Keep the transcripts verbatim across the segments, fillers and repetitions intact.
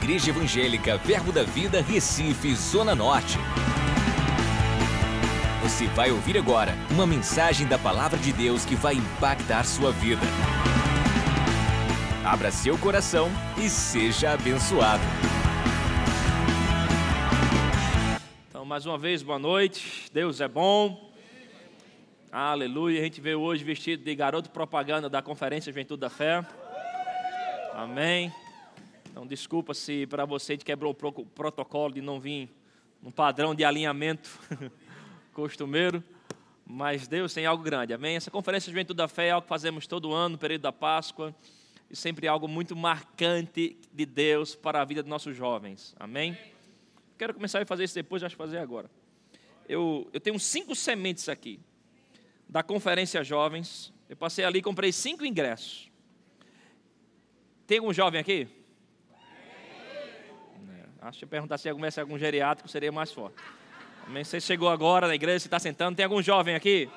Igreja Evangélica Verbo da Vida, Recife, Zona Norte. Você vai ouvir agora uma mensagem da Palavra de Deus que vai impactar sua vida. Abra seu coração e seja abençoado. Então, mais uma vez, boa noite. Deus é bom. Aleluia. A gente veio hoje vestido de garoto propaganda da Conferência Juventude da Fé. Amém. Então, desculpa se para você a gente quebrou o protocolo de não vir num padrão de alinhamento costumeiro, mas Deus tem algo grande, amém? Essa Conferência Juventude da Fé é algo que fazemos todo ano, no período da Páscoa, e sempre é algo muito marcante de Deus para a vida dos nossos jovens, amém? Quero começar a fazer isso depois, acho que fazer agora. Eu, eu tenho cinco sementes aqui, da Conferência Jovens. Eu passei ali e comprei cinco ingressos. Tem algum jovem aqui? Acho que eu perguntar se algum, se algum geriátrico seria mais forte. Amém? Você chegou agora na igreja, você está sentando. Tem algum jovem aqui?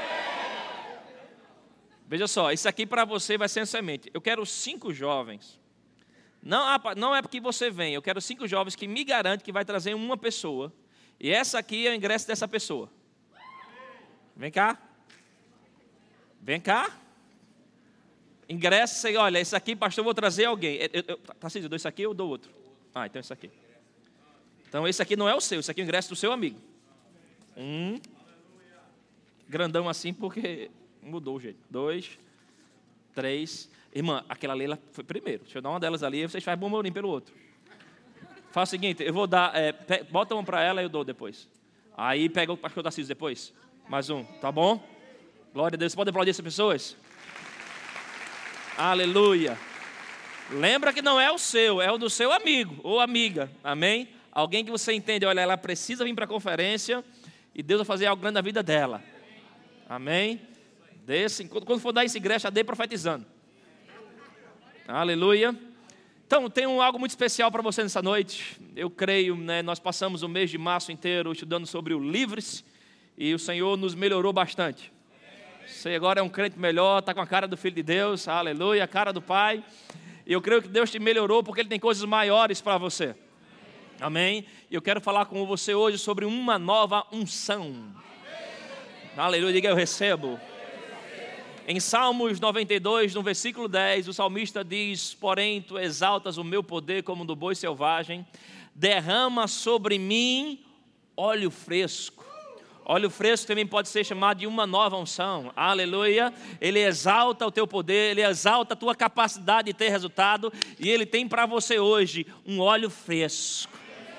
Veja só, isso aqui para você vai ser uma semente. Eu quero cinco jovens. Não, não é porque você vem. Eu quero cinco jovens que me garantem que vai trazer uma pessoa. E essa aqui é o ingresso dessa pessoa. Vem cá. Vem cá. Ingresso, você, olha, esse aqui, pastor, eu vou trazer alguém. Eu, eu, eu, Tarcísio, eu dou isso aqui ou eu dou outro? Ah, então esse aqui. Então esse aqui não é o seu, esse aqui é o ingresso do seu amigo. Um. Grandão assim porque mudou o jeito. Dois. Três. Irmã, aquela ali ela foi primeiro. Deixa eu dar uma delas ali, vocês fazem bombolim pelo outro. Faz o seguinte, eu vou dar, é, pe, bota uma para ela e eu dou depois. Aí pega o pastor Tarcísio depois. Mais um, tá bom? Glória a Deus. Você pode aplaudir essas pessoas? Aleluia. Lembra que não é o seu, é o do seu amigo ou amiga, amém? Alguém que você entende, olha, ela precisa vir para a conferência e Deus vai fazer algo grande na vida dela, amém? Desse, quando for dar esse ingresso, já dê profetizando, aleluia. Então, tenho algo muito especial para você nessa noite. Eu creio, né, nós passamos o mês de março inteiro estudando sobre o Livre-se e o Senhor nos melhorou bastante. Você agora é um crente melhor, está com a cara do Filho de Deus, aleluia, a cara do Pai. E eu creio que Deus te melhorou porque Ele tem coisas maiores para você. Amém? E eu quero falar com você hoje sobre uma nova unção. Amém. Aleluia, diga eu recebo. Em Salmos noventa e dois, no versículo dez, o salmista diz: porém, tu exaltas o meu poder como do boi selvagem, derrama sobre mim óleo fresco. Óleo fresco também pode ser chamado de uma nova unção, aleluia. Ele exalta o teu poder, ele exalta a tua capacidade de ter resultado. E ele tem para você hoje um óleo fresco,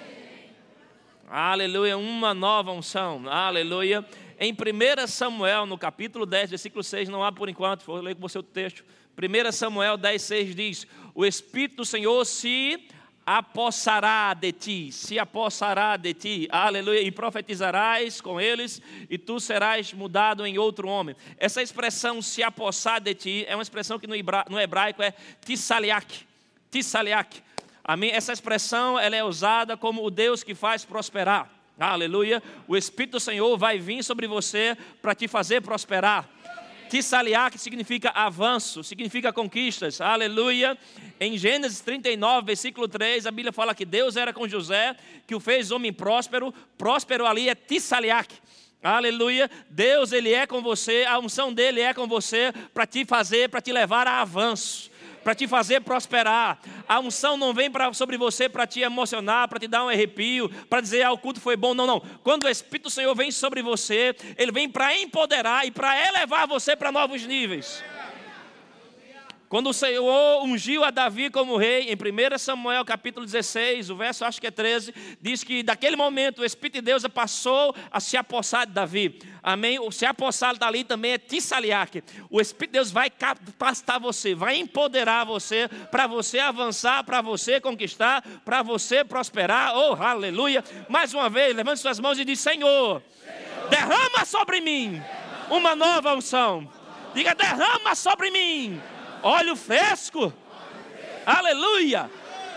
aleluia, uma nova unção, aleluia. Em primeiro Samuel, no capítulo dez, versículo seis, não há por enquanto, vou ler com você o texto. primeiro Samuel dez, seis diz: o Espírito do Senhor se apossará de ti, se apossará de ti, aleluia, e profetizarás com eles, e tu serás mudado em outro homem. Essa expressão, se apossar de ti, é uma expressão que no hebraico é tisaliak, tisaliak, amém? Essa expressão, ela é usada como o Deus que faz prosperar, aleluia. O Espírito do Senhor vai vir sobre você para te fazer prosperar. Tisaliak significa avanço, significa conquistas, aleluia. Em Gênesis trinta e nove, versículo três, a Bíblia fala que Deus era com José, que o fez homem próspero. Próspero ali é Tisaliak, aleluia. Deus, Ele é com você, a unção dEle é com você para te fazer, para te levar a avanço, para te fazer prosperar. A unção não vem pra, sobre você para te emocionar, para te dar um arrepio, para dizer, ah, o culto foi bom. Não, não. Quando o Espírito do Senhor vem sobre você, Ele vem para empoderar e para elevar você para novos níveis. Quando o Senhor ungiu a Davi como rei, em primeiro Samuel capítulo dezesseis, o verso acho que é treze, diz que daquele momento o Espírito de Deus passou a se apossar de Davi. Amém? O se apossar dali também é Tisaliak. O Espírito de Deus vai capacitar você, vai empoderar você, para você avançar, para você conquistar, para você prosperar. Oh, aleluia! Mais uma vez, levante suas mãos e diz: Senhor, Senhor, derrama sobre mim uma nova unção. Diga: derrama sobre mim óleo fresco, aleluia.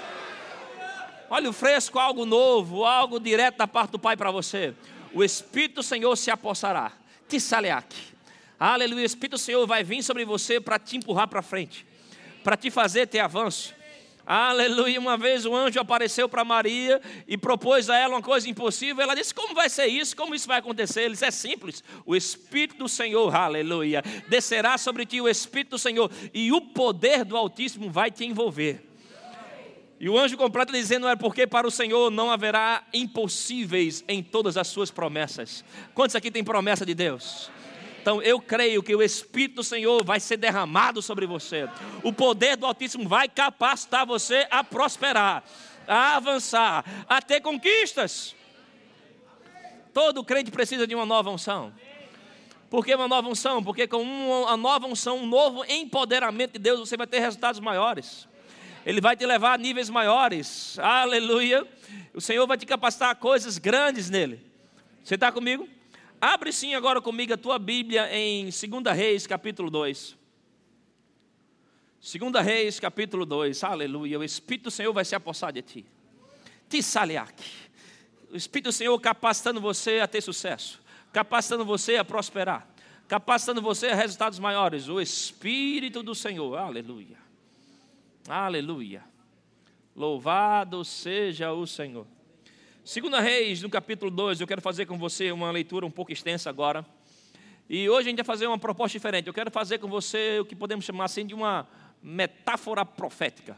Óleo fresco, algo novo, algo direto da parte do Pai para você. O Espírito do Senhor se apossará, Tisaliak, aleluia. O Espírito do Senhor vai vir sobre você para te empurrar para frente, para te fazer ter avanço, Aleluia. Uma vez o anjo apareceu para Maria e propôs a ela uma coisa impossível. Ela disse: como vai ser isso? Como isso vai acontecer? Ele disse: é simples. O Espírito do Senhor, aleluia, descerá sobre ti o Espírito do Senhor e o poder do Altíssimo vai te envolver. E o anjo completa dizendo: é porque para o Senhor não haverá impossíveis em todas as suas promessas. Quantos aqui tem promessa de Deus? Então eu creio que o Espírito do Senhor vai ser derramado sobre você. O poder do Altíssimo vai capacitar você a prosperar, a avançar, a ter conquistas. Todo crente precisa de uma nova unção. Por que uma nova unção? Porque com uma nova unção, um novo empoderamento de Deus, você vai ter resultados maiores. Ele vai te levar a níveis maiores. Aleluia. O Senhor vai te capacitar a coisas grandes nele. Você está comigo? Abre sim agora comigo a tua Bíblia em Segunda Reis, capítulo dois. Segunda Reis, capítulo dois. Aleluia. O Espírito do Senhor vai se apossar de ti. Tisaliak. O Espírito do Senhor capacitando você a ter sucesso. Capacitando você a prosperar. Capacitando você a resultados maiores. O Espírito do Senhor. Aleluia. Aleluia. Louvado seja o Senhor. Segunda Reis, no capítulo dois, eu quero fazer com você uma leitura um pouco extensa agora. E hoje a gente vai fazer uma proposta diferente. Eu quero fazer com você o que podemos chamar assim de uma metáfora profética.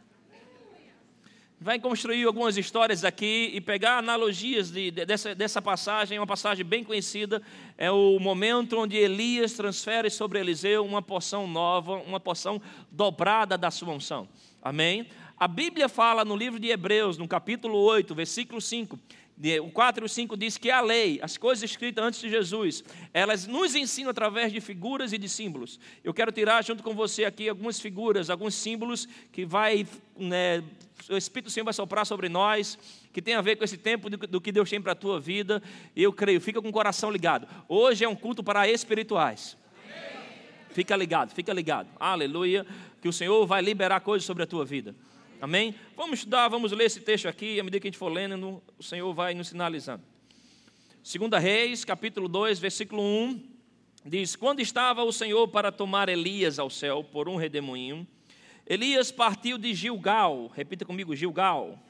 Vai construir algumas histórias aqui e pegar analogias de, de, dessa, dessa passagem, uma passagem bem conhecida. É o momento onde Elias transfere sobre Eliseu uma porção nova, uma porção dobrada da sua unção. Amém? A Bíblia fala no livro de Hebreus, no capítulo oito, versículo cinco, o quatro e o cinco diz que a lei, as coisas escritas antes de Jesus, elas nos ensinam através de figuras e de símbolos. Eu quero tirar junto com você aqui algumas figuras, alguns símbolos que vai, né, o Espírito do Senhor vai soprar sobre nós, que tem a ver com esse tempo do, do que Deus tem para a tua vida. Eu creio, fica com o coração ligado. Hoje é um culto para espirituais. Fica ligado, fica ligado. Aleluia, que o Senhor vai liberar coisas sobre a tua vida. Amém? Vamos estudar, vamos ler esse texto aqui, à medida que a gente for lendo, o Senhor vai nos sinalizando. Segunda Reis, capítulo dois, versículo um, diz: quando estava o Senhor para tomar Elias ao céu por um redemoinho, Elias partiu de Gilgal, repita comigo, Gilgal,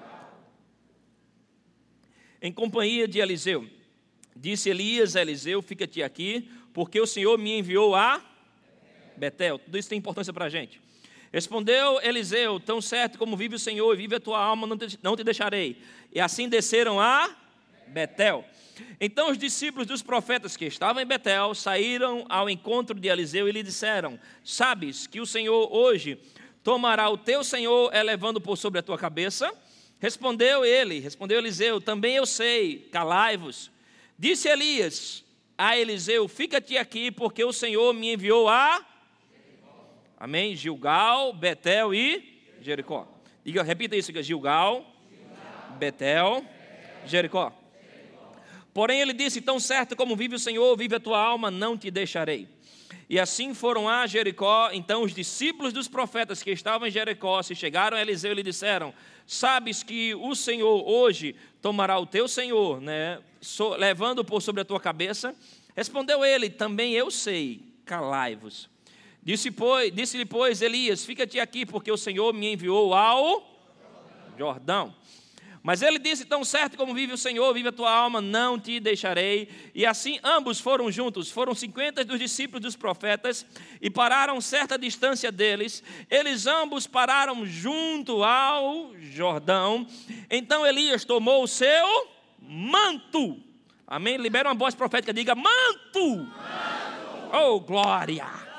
em companhia de Eliseu. Disse Elias a Eliseu: fica-te aqui, porque o Senhor me enviou a Betel. Tudo isso tem importância para a gente. Respondeu Eliseu: tão certo como vive o Senhor e vive a tua alma, não te, não te deixarei. E assim desceram a Betel. Então os discípulos dos profetas que estavam em Betel saíram ao encontro de Eliseu e lhe disseram: sabes que o Senhor hoje tomará o teu senhor elevando por sobre a tua cabeça? Respondeu ele, respondeu Eliseu: também eu sei, calai-vos. Disse Elias a Eliseu: fica-te aqui, porque o Senhor me enviou a... Amém? Gilgal, Betel e Jericó. Diga, repita isso, Gilgal, Gilgal. Betel, Jericó. Porém ele disse: tão certo como vive o Senhor, vive a tua alma, não te deixarei. E assim foram a Jericó. Então os discípulos dos profetas que estavam em Jericó se chegaram a Eliseu e lhe disseram: sabes que o Senhor hoje tomará o teu senhor, né, so, levando por sobre a tua cabeça? Respondeu ele: também eu sei, calai-vos. Disse, pois, disse-lhe, pois, Elias: fica-te aqui, porque o Senhor me enviou ao Jordão. Mas ele disse: tão certo como vive o Senhor, vive a tua alma, não te deixarei. E assim ambos foram juntos. Foram cinquenta dos discípulos dos profetas e pararam certa distância deles. Eles ambos pararam junto ao Jordão. Então Elias tomou o seu manto. Amém? Libera uma voz profética, diga: manto! Manto! Oh, glória!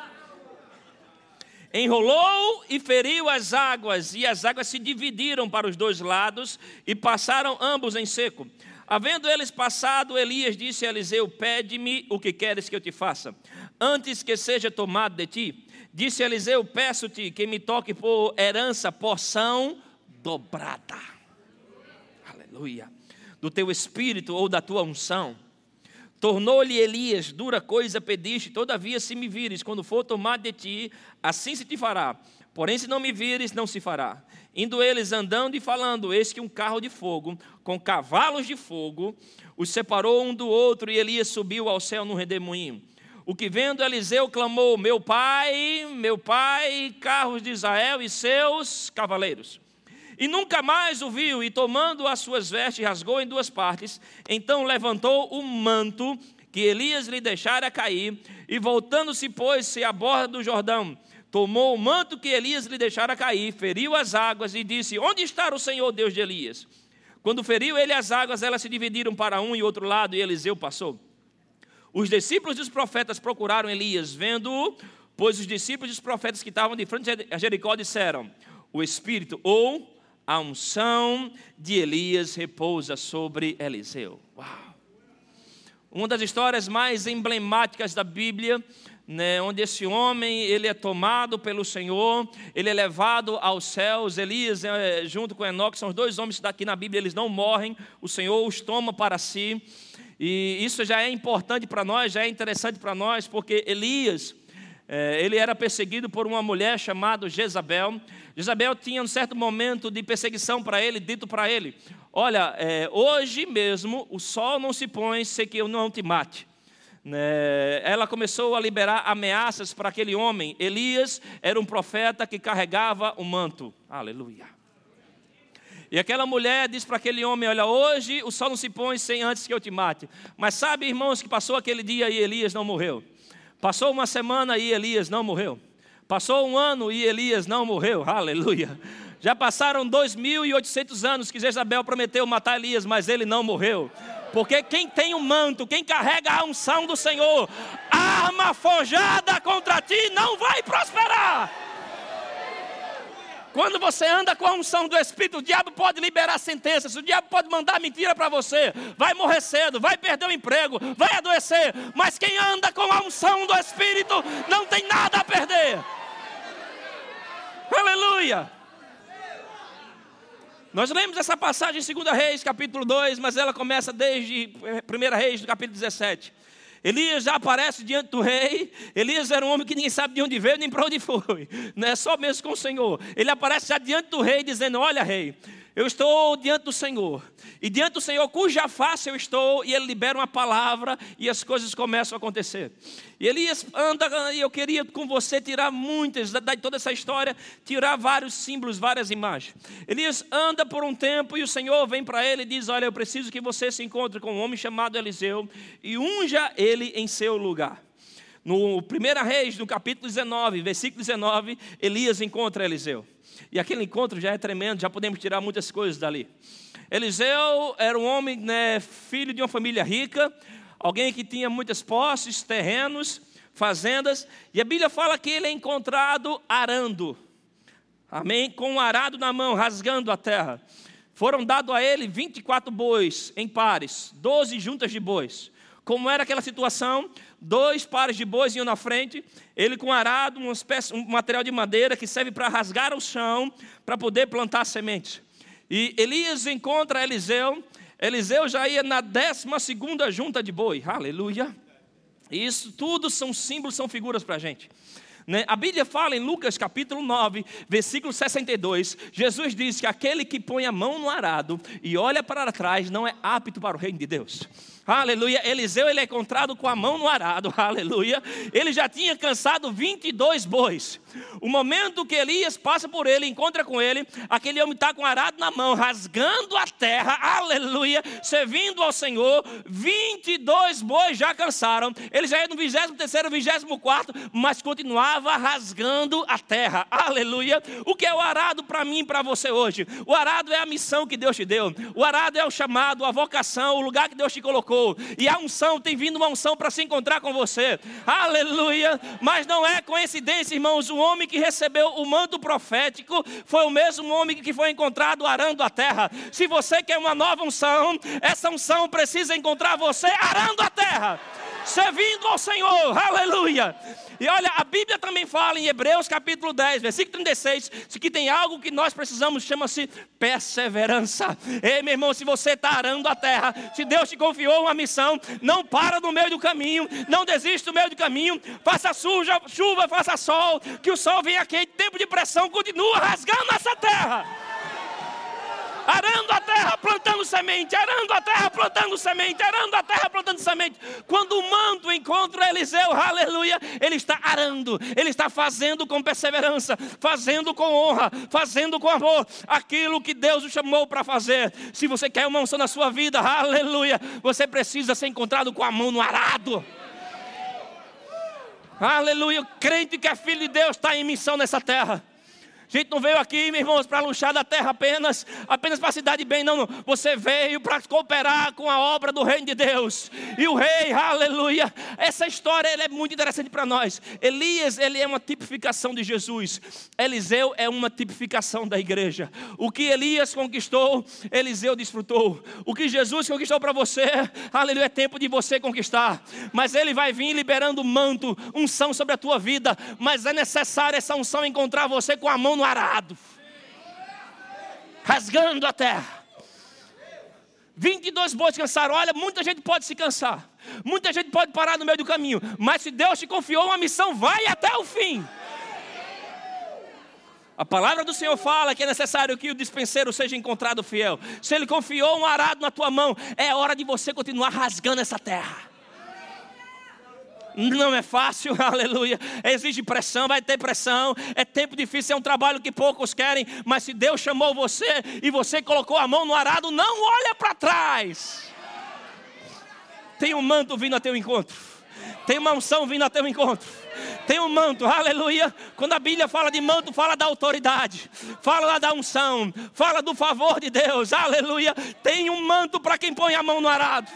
Enrolou e feriu as águas, e as águas se dividiram para os dois lados, e passaram ambos em seco. Havendo eles passado, Elias disse a Eliseu: pede-me o que queres que eu te faça, antes que seja tomado de ti. Disse Eliseu: peço-te que me toque por herança porção dobrada. Aleluia. Do teu espírito ou da tua unção. Tornou-lhe Elias: dura coisa pediste, todavia se me vires, quando for tomado de ti, assim se te fará. Porém se não me vires, não se fará. Indo eles andando e falando, eis que um carro de fogo, com cavalos de fogo, os separou um do outro, e Elias subiu ao céu num redemoinho. O que vendo Eliseu clamou: meu pai, meu pai, carros de Israel e seus cavaleiros. E nunca mais o viu, e tomando as suas vestes, rasgou em duas partes. Então levantou o manto que Elias lhe deixara cair, e voltando-se, pôs-se à borda do Jordão. Tomou o manto que Elias lhe deixara cair, feriu as águas e disse: onde está o Senhor Deus de Elias? Quando feriu ele as águas, elas se dividiram para um e outro lado, e Eliseu passou. Os discípulos dos profetas procuraram Elias, vendo-o, pois os discípulos dos profetas que estavam de frente a Jericó disseram: o Espírito ou a unção de Elias repousa sobre Eliseu. Uau! Uma das histórias mais emblemáticas da Bíblia, né, onde esse homem ele é tomado pelo Senhor, ele é levado aos céus. Elias, é, junto com Enoque, são os dois homens daqui na Bíblia, eles não morrem, o Senhor os toma para si. E isso já é importante para nós, já é interessante para nós, porque Elias, é, ele era perseguido por uma mulher chamada Jezabel. Jezabel tinha um certo momento de perseguição para ele, dito para ele: olha, é, hoje mesmo o sol não se põe sem que eu não te mate. Né? Ela começou a liberar ameaças para aquele homem. Elias era um profeta que carregava o manto. Aleluia. E aquela mulher disse para aquele homem: olha, hoje o sol não se põe sem antes que eu te mate. Mas sabe, irmãos, que passou aquele dia e Elias não morreu. Passou uma semana e Elias não morreu. Passou um ano e Elias não morreu. Aleluia. Já passaram dois mil e oitocentos anos que Jezabel prometeu matar Elias, mas ele não morreu. Porque quem tem o manto, quem carrega a unção do Senhor, arma forjada contra ti não vai prosperar. Quando você anda com a unção do Espírito, o diabo pode liberar sentenças, o diabo pode mandar mentira para você, vai morrer cedo, vai perder o emprego, vai adoecer, mas quem anda com a unção do Espírito não tem nada a perder. Aleluia! Nós lemos essa passagem em Segunda Reis, capítulo dois, mas ela começa desde Primeira Reis, capítulo dezessete. Elias já aparece diante do rei. Elias era um homem que ninguém sabe de onde veio nem para onde foi, não é só mesmo com o Senhor. Ele aparece já diante do rei dizendo: olha, rei, eu estou diante do Senhor, e diante do Senhor cuja face eu estou, e ele libera uma palavra e as coisas começam a acontecer. E Elias anda, e eu queria com você tirar muitas, de toda essa história, tirar vários símbolos, várias imagens. Elias anda por um tempo e o Senhor vem para ele e diz: olha, eu preciso que você se encontre com um homem chamado Eliseu e unja ele em seu lugar. No Primeira Reis, no capítulo dezenove, versículo dezenove, Elias encontra Eliseu. E aquele encontro já é tremendo, já podemos tirar muitas coisas dali. Eliseu era um homem, né, filho de uma família rica, alguém que tinha muitas posses, terrenos, fazendas, e a Bíblia fala que ele é encontrado arando, amém? Com um arado na mão, rasgando a terra. Foram dados a ele vinte e quatro bois em pares, doze juntas de bois. Como era aquela situação? Dois pares de bois iam na frente, ele com arado, uma espécie, um material de madeira que serve para rasgar o chão, para poder plantar sementes. E Elias encontra Eliseu, Eliseu já ia na décima segunda junta de boi, aleluia. Isso tudo são símbolos, são figuras para a gente. A Bíblia fala em Lucas capítulo nove, versículo sessenta e dois, Jesus diz que aquele que põe a mão no arado e olha para trás não é apto para o reino de Deus. Aleluia. Eliseu, ele é encontrado com a mão no arado, aleluia. Ele já tinha cansado vinte e dois bois. O momento que Elias passa por ele, encontra com ele, aquele homem está com o arado na mão, rasgando a terra, aleluia, servindo ao Senhor. vinte e dois bois já cansaram, ele já ia no vigésimo terceiro, vigésimo quarto, mas continuava rasgando a terra, aleluia. O que é o arado para mim e para você hoje? O arado é a missão que Deus te deu, o arado é o chamado, a vocação, o lugar que Deus te colocou. E a unção, tem vindo uma unção para se encontrar com você, aleluia. Mas não é coincidência, irmãos, o homem que recebeu o manto profético foi o mesmo homem que foi encontrado arando a terra. Se você quer uma nova unção, essa unção precisa encontrar você arando a terra, servindo ao Senhor, aleluia. E olha, a Bíblia também fala em Hebreus capítulo dez, versículo trinta e seis, que tem algo que nós precisamos, chama-se perseverança. Ei, meu irmão, se você está arando a terra, se Deus te confiou uma missão, não para no meio do caminho, não desiste no meio do caminho, faça chuva, chuva, faça sol, que o sol venha quente, tempo de pressão, continua rasgando essa terra. arando a terra, plantando semente, arando a terra, plantando semente, arando a terra, plantando semente. Quando o manto encontra Eliseu, aleluia, ele está arando, ele está fazendo com perseverança, fazendo com honra, fazendo com amor, aquilo que Deus o chamou para fazer. Se você quer uma unção na sua vida, aleluia, você precisa ser encontrado com a mão no arado. Aleluia, o crente que é filho de Deus está em missão nessa terra. A gente não veio aqui, meus irmãos, para luxar da terra apenas, apenas para se dar de bem, não, não. Você veio para cooperar com a obra do reino de Deus. E o rei, aleluia, essa história ela é muito interessante para nós. Elias, ele é uma tipificação de Jesus. Eliseu é uma tipificação da igreja. O que Elias conquistou, Eliseu desfrutou. O que Jesus conquistou para você, aleluia, é tempo de você conquistar. Mas ele vai vir liberando manto, unção sobre a tua vida. Mas é necessário essa unção encontrar você com a mão no arado, rasgando a terra. vinte e dois bois cansaram. Olha, muita gente pode se cansar, muita gente pode parar no meio do caminho, mas se Deus te confiou uma missão, vai até o fim. A palavra do Senhor fala que é necessário que o dispenseiro seja encontrado fiel. Se Ele confiou um arado na tua mão, é hora de você continuar rasgando essa terra. Não é fácil, aleluia, exige pressão, vai ter pressão, é tempo difícil, é um trabalho que poucos querem, mas se Deus chamou você e você colocou a mão no arado, não olha para trás. Tem um manto vindo a teu encontro, tem uma unção vindo a teu encontro, tem um manto, aleluia. Quando a Bíblia fala de manto, fala da autoridade, fala da unção, fala do favor de Deus, aleluia. Tem um manto para quem põe a mão no arado.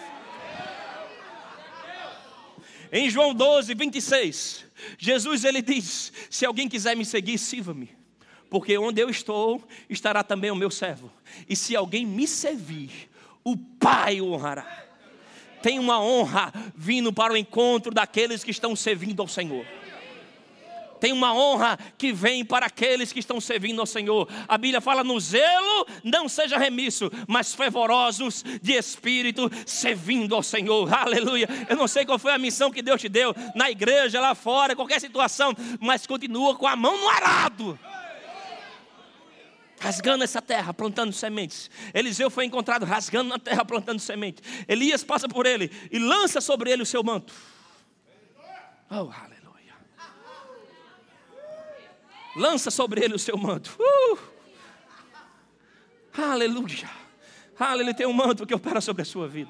Em João doze, vinte e seis, Jesus ele diz: se alguém quiser me seguir, sirva-me, porque onde eu estou, estará também o meu servo. E se alguém me servir, o Pai o honrará. Tem uma honra vindo para o encontro daqueles que estão servindo ao Senhor. Tem uma honra que vem para aqueles que estão servindo ao Senhor. A Bíblia fala: no zelo não seja remisso, mas fervorosos de espírito, servindo ao Senhor. Aleluia. Eu não sei qual foi a missão que Deus te deu, na igreja, lá fora, qualquer situação, mas continua com a mão no arado, rasgando essa terra, plantando sementes. Eliseu foi encontrado rasgando na terra, plantando sementes. Elias passa por ele e lança sobre ele o seu manto. Oh, aleluia. Lança sobre ele o seu manto. Uh! Aleluia. Aleluia. Tem um manto que opera sobre a sua vida.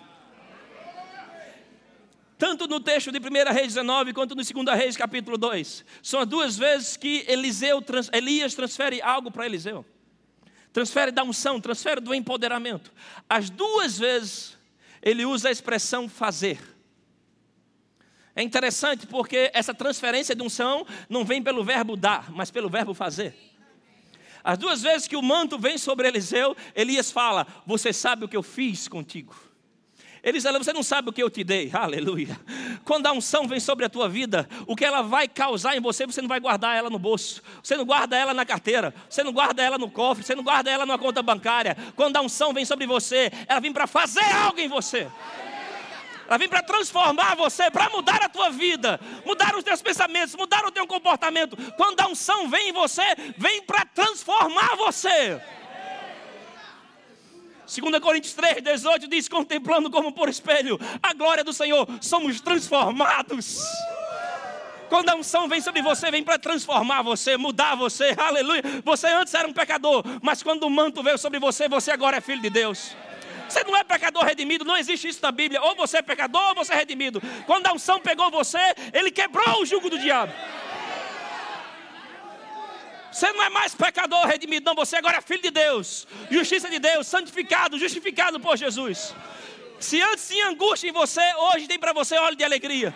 Tanto no texto de primeira Reis dezenove, quanto no segunda Reis capítulo dois. São as duas vezes que Eliseu, Elias transfere algo para Eliseu. Transfere da unção, transfere do empoderamento. As duas vezes ele usa a expressão fazer. É interessante porque essa transferência de unção não vem pelo verbo dar, mas pelo verbo fazer. As duas vezes que o manto vem sobre Eliseu, Elias fala: você sabe o que eu fiz contigo. Eliseu, você não sabe o que eu te dei. Aleluia. Quando a unção vem sobre a tua vida, o que ela vai causar em você, você não vai guardar ela no bolso, você não guarda ela na carteira, você não guarda ela no cofre, você não guarda ela numa conta bancária. Quando a unção vem sobre você, ela vem para fazer algo em você. Ela vem para transformar você, para mudar a tua vida, mudar os teus pensamentos, mudar o teu comportamento. Quando a unção vem em você, vem para transformar você. Segunda Coríntios três, dezoito diz: contemplando como por espelho a glória do Senhor, somos transformados. Quando a unção vem sobre você, vem para transformar você, mudar você, aleluia. Você antes era um pecador, mas quando o manto veio sobre você, você agora é filho de Deus. Você não é pecador redimido, não existe isso na Bíblia. Ou você é pecador ou você é redimido. Quando a unção pegou você, ele quebrou o jugo do diabo. Você não é mais pecador redimido, não. Você agora é filho de Deus, justiça de Deus, santificado, justificado por Jesus. Se antes tinha angústia em você, hoje tem para você óleo de alegria.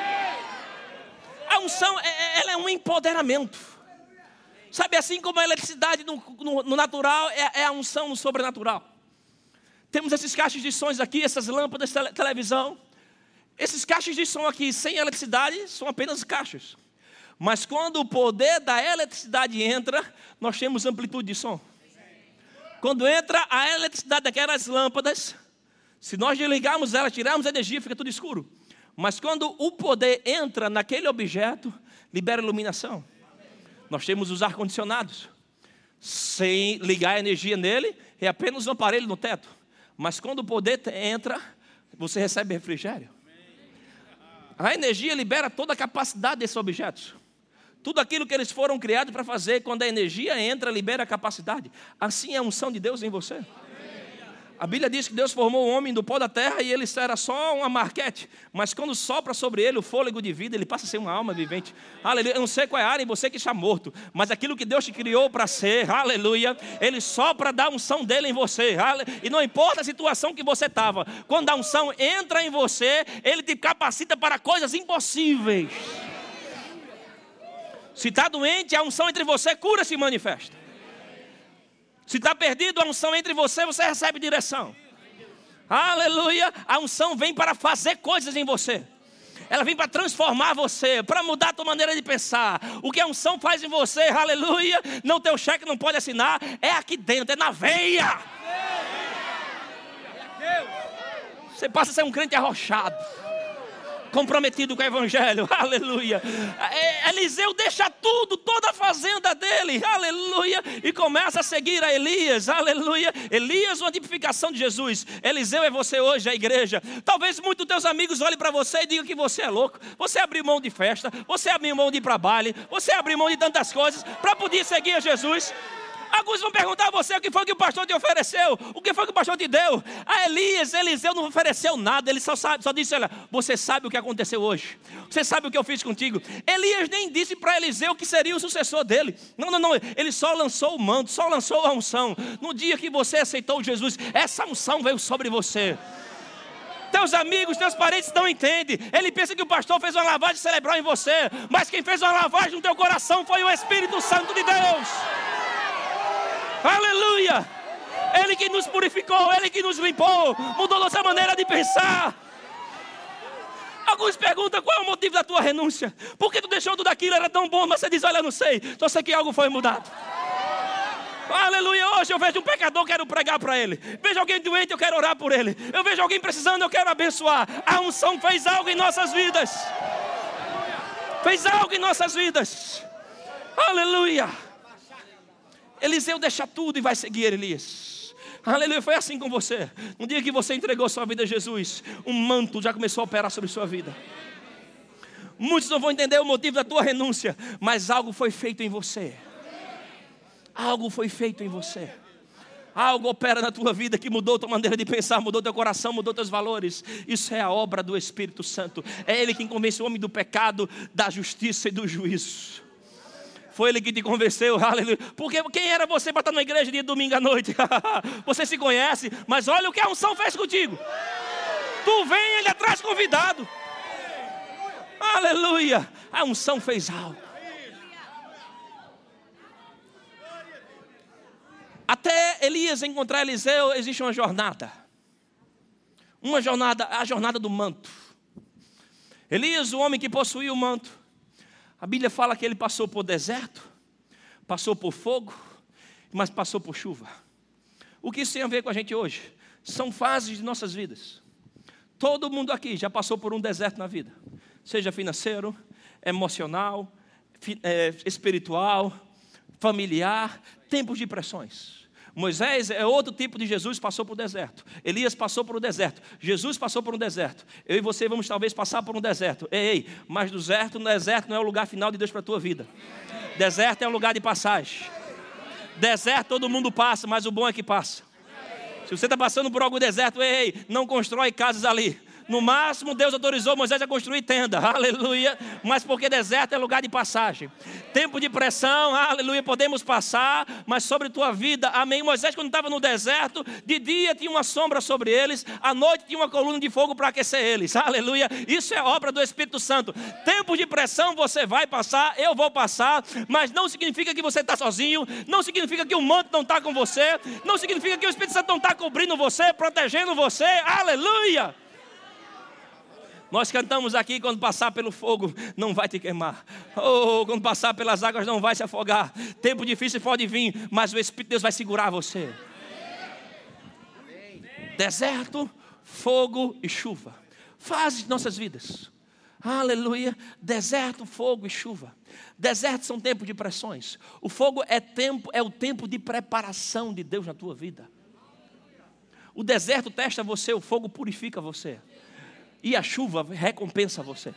A unção, ela é um empoderamento. Sabe, assim como a eletricidade no, no, no natural é, é a unção no sobrenatural. Temos esses caixas de sons aqui, essas lâmpadas de televisão. Esses caixas de som aqui, sem eletricidade, são apenas caixas. Mas quando o poder da eletricidade entra, nós temos amplitude de som. Quando entra a eletricidade daquelas lâmpadas, se nós desligarmos elas, tirarmos a energia, fica tudo escuro. Mas quando o poder entra naquele objeto, libera iluminação. Nós temos os ar-condicionados. sem ligar a energia nele, é apenas um aparelho no teto. Mas quando o poder entra, você recebe refrigério. A energia libera toda a capacidade desses objetos. Tudo aquilo que eles foram criados para fazer, quando a energia entra, libera a capacidade. Assim é a unção de Deus em você. A Bíblia diz que Deus formou o homem do pó da terra e ele era só uma marquete. Mas quando sopra sobre ele o fôlego de vida, ele passa a ser uma alma vivente. Aleluia. Eu não sei qual é a área em você que está morto, mas aquilo que Deus te criou para ser, aleluia, ele sopra da unção dele em você. E não importa a situação que você estava, quando a unção entra em você, ele te capacita para coisas impossíveis. Se está doente, a unção entre você cura se manifesta. Se está perdido, a unção entre você, você recebe direção. Aleluia. A unção vem para fazer coisas em você. Ela vem para transformar você, para mudar a tua maneira de pensar. O que a unção faz em você, aleluia, não teu cheque não pode assinar, é aqui dentro, é na veia. Você passa a ser um crente arrochado, comprometido com o evangelho, aleluia. Eliseu deixa tudo, toda a fazenda dele, aleluia, e começa a seguir a Elias, aleluia. Elias, uma tipificação de Jesus. Eliseu é você hoje, a igreja. Talvez muitos dos teus amigos olhem para você e digam que você é louco. Você abriu mão de festa, você abriu mão de ir para baile, você abriu mão de tantas coisas para poder seguir a Jesus. Alguns vão perguntar a você o que foi que o pastor te ofereceu, o que foi que o pastor te deu. A Elias, Eliseu não ofereceu nada, ele só, sabe, só disse, olha, você sabe o que aconteceu hoje, você sabe o que eu fiz contigo. Elias nem disse para Eliseu que seria o sucessor dele, não, não, não, ele só lançou o manto, só lançou a unção. No dia que você aceitou Jesus, essa unção veio sobre você. Teus amigos, teus parentes não entendem. Ele pensa que o pastor fez uma lavagem cerebral em você, mas quem fez uma lavagem no teu coração foi o Espírito Santo de Deus. Aleluia! Ele que nos purificou, Ele que nos limpou, mudou nossa maneira de pensar. Alguns perguntam qual é o motivo da tua renúncia. Por que tu deixou tudo aquilo, era tão bom, mas você diz, olha, eu não sei, só sei que algo foi mudado. Aleluia, hoje eu vejo um pecador, eu quero pregar para ele. Vejo alguém doente, eu quero orar por ele. Eu vejo alguém precisando, eu quero abençoar. A unção fez algo em nossas vidas. Fez algo em nossas vidas. Aleluia. Eliseu deixa tudo e vai seguir Elias. Aleluia, foi assim com você. No dia que você entregou sua vida a Jesus, um manto já começou a operar sobre sua vida. Muitos não vão entender o motivo da tua renúncia, mas algo foi feito em você. Algo foi feito em você. Algo opera na tua vida que mudou tua maneira de pensar, mudou teu coração, mudou teus valores. Isso é a obra do Espírito Santo. É Ele quem convence o homem do pecado, da justiça e do juízo. Foi Ele que te convenceu, aleluia. Porque quem era você para estar na igreja dia de domingo à noite? Você se conhece, mas olha o que a unção fez contigo. Tu vem, Ele atrás convidado. Aleluia. A unção fez algo. Até Elias encontrar Eliseu, existe uma jornada. Uma jornada, a jornada do manto. Elias, o homem que possuía o manto, a Bíblia fala que ele passou por deserto, passou por fogo, mas passou por chuva. O que isso tem a ver com a gente hoje? São fases de nossas vidas. Todo mundo aqui já passou por um deserto na vida. Seja financeiro, emocional, espiritual, familiar, tempos de pressões. Moisés é outro tipo de Jesus, passou por um deserto. Elias passou por um deserto. Jesus passou por um deserto. Eu e você vamos talvez passar por um deserto. Ei, ei, mas deserto, deserto não é o lugar final de Deus para a tua vida. Deserto é um lugar de passagem. Deserto todo mundo passa, mas o bom é que passa. Se você está passando por algum deserto, ei, ei, não constrói casas ali. No máximo, Deus autorizou Moisés a construir tenda, aleluia, mas porque deserto é lugar de passagem. Tempo de pressão, aleluia, podemos passar, mas sobre tua vida, amém. Moisés, quando estava no deserto, de dia tinha uma sombra sobre eles, à noite tinha uma coluna de fogo para aquecer eles, aleluia. Isso é obra do Espírito Santo. Tempo de pressão você vai passar, eu vou passar, mas não significa que você está sozinho, não significa que o manto não está com você, não significa que o Espírito Santo não está cobrindo você, protegendo você, aleluia. Nós cantamos aqui, quando passar pelo fogo, não vai te queimar. Oh, quando passar pelas águas, não vai se afogar. Tempo difícil pode vir, mas o Espírito de Deus vai segurar você. Deserto, fogo e chuva. Fases de nossas vidas. Aleluia. Deserto, fogo e chuva. Deserto são tempos de pressões. O fogo é, tempo, é o tempo de preparação de Deus na tua vida. O deserto testa você, o fogo purifica você. E a chuva recompensa você.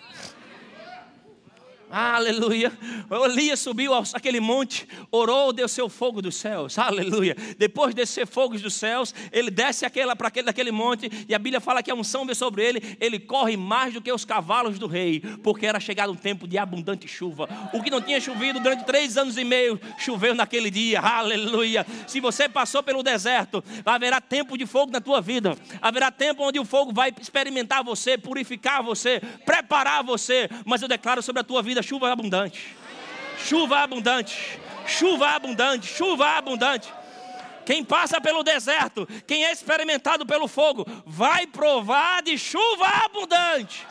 Aleluia. Elias subiu aquele monte, orou, deu seu fogo dos céus. Aleluia. Depois de descer fogos dos céus, ele desce aquela, para aquele daquele monte, e a Bíblia fala que a unção veio sobre ele. Ele corre mais do que os cavalos do rei, porque era chegado um tempo de abundante chuva. O que não tinha chovido durante três anos e meio, choveu naquele dia. Aleluia. Se você passou pelo deserto, haverá tempo de fogo na tua vida. Haverá tempo onde o fogo vai experimentar você, purificar você, preparar você. Mas eu declaro sobre a tua vida chuva abundante, chuva abundante, chuva abundante, chuva abundante. Quem passa pelo deserto, quem é experimentado pelo fogo, vai provar de chuva abundante.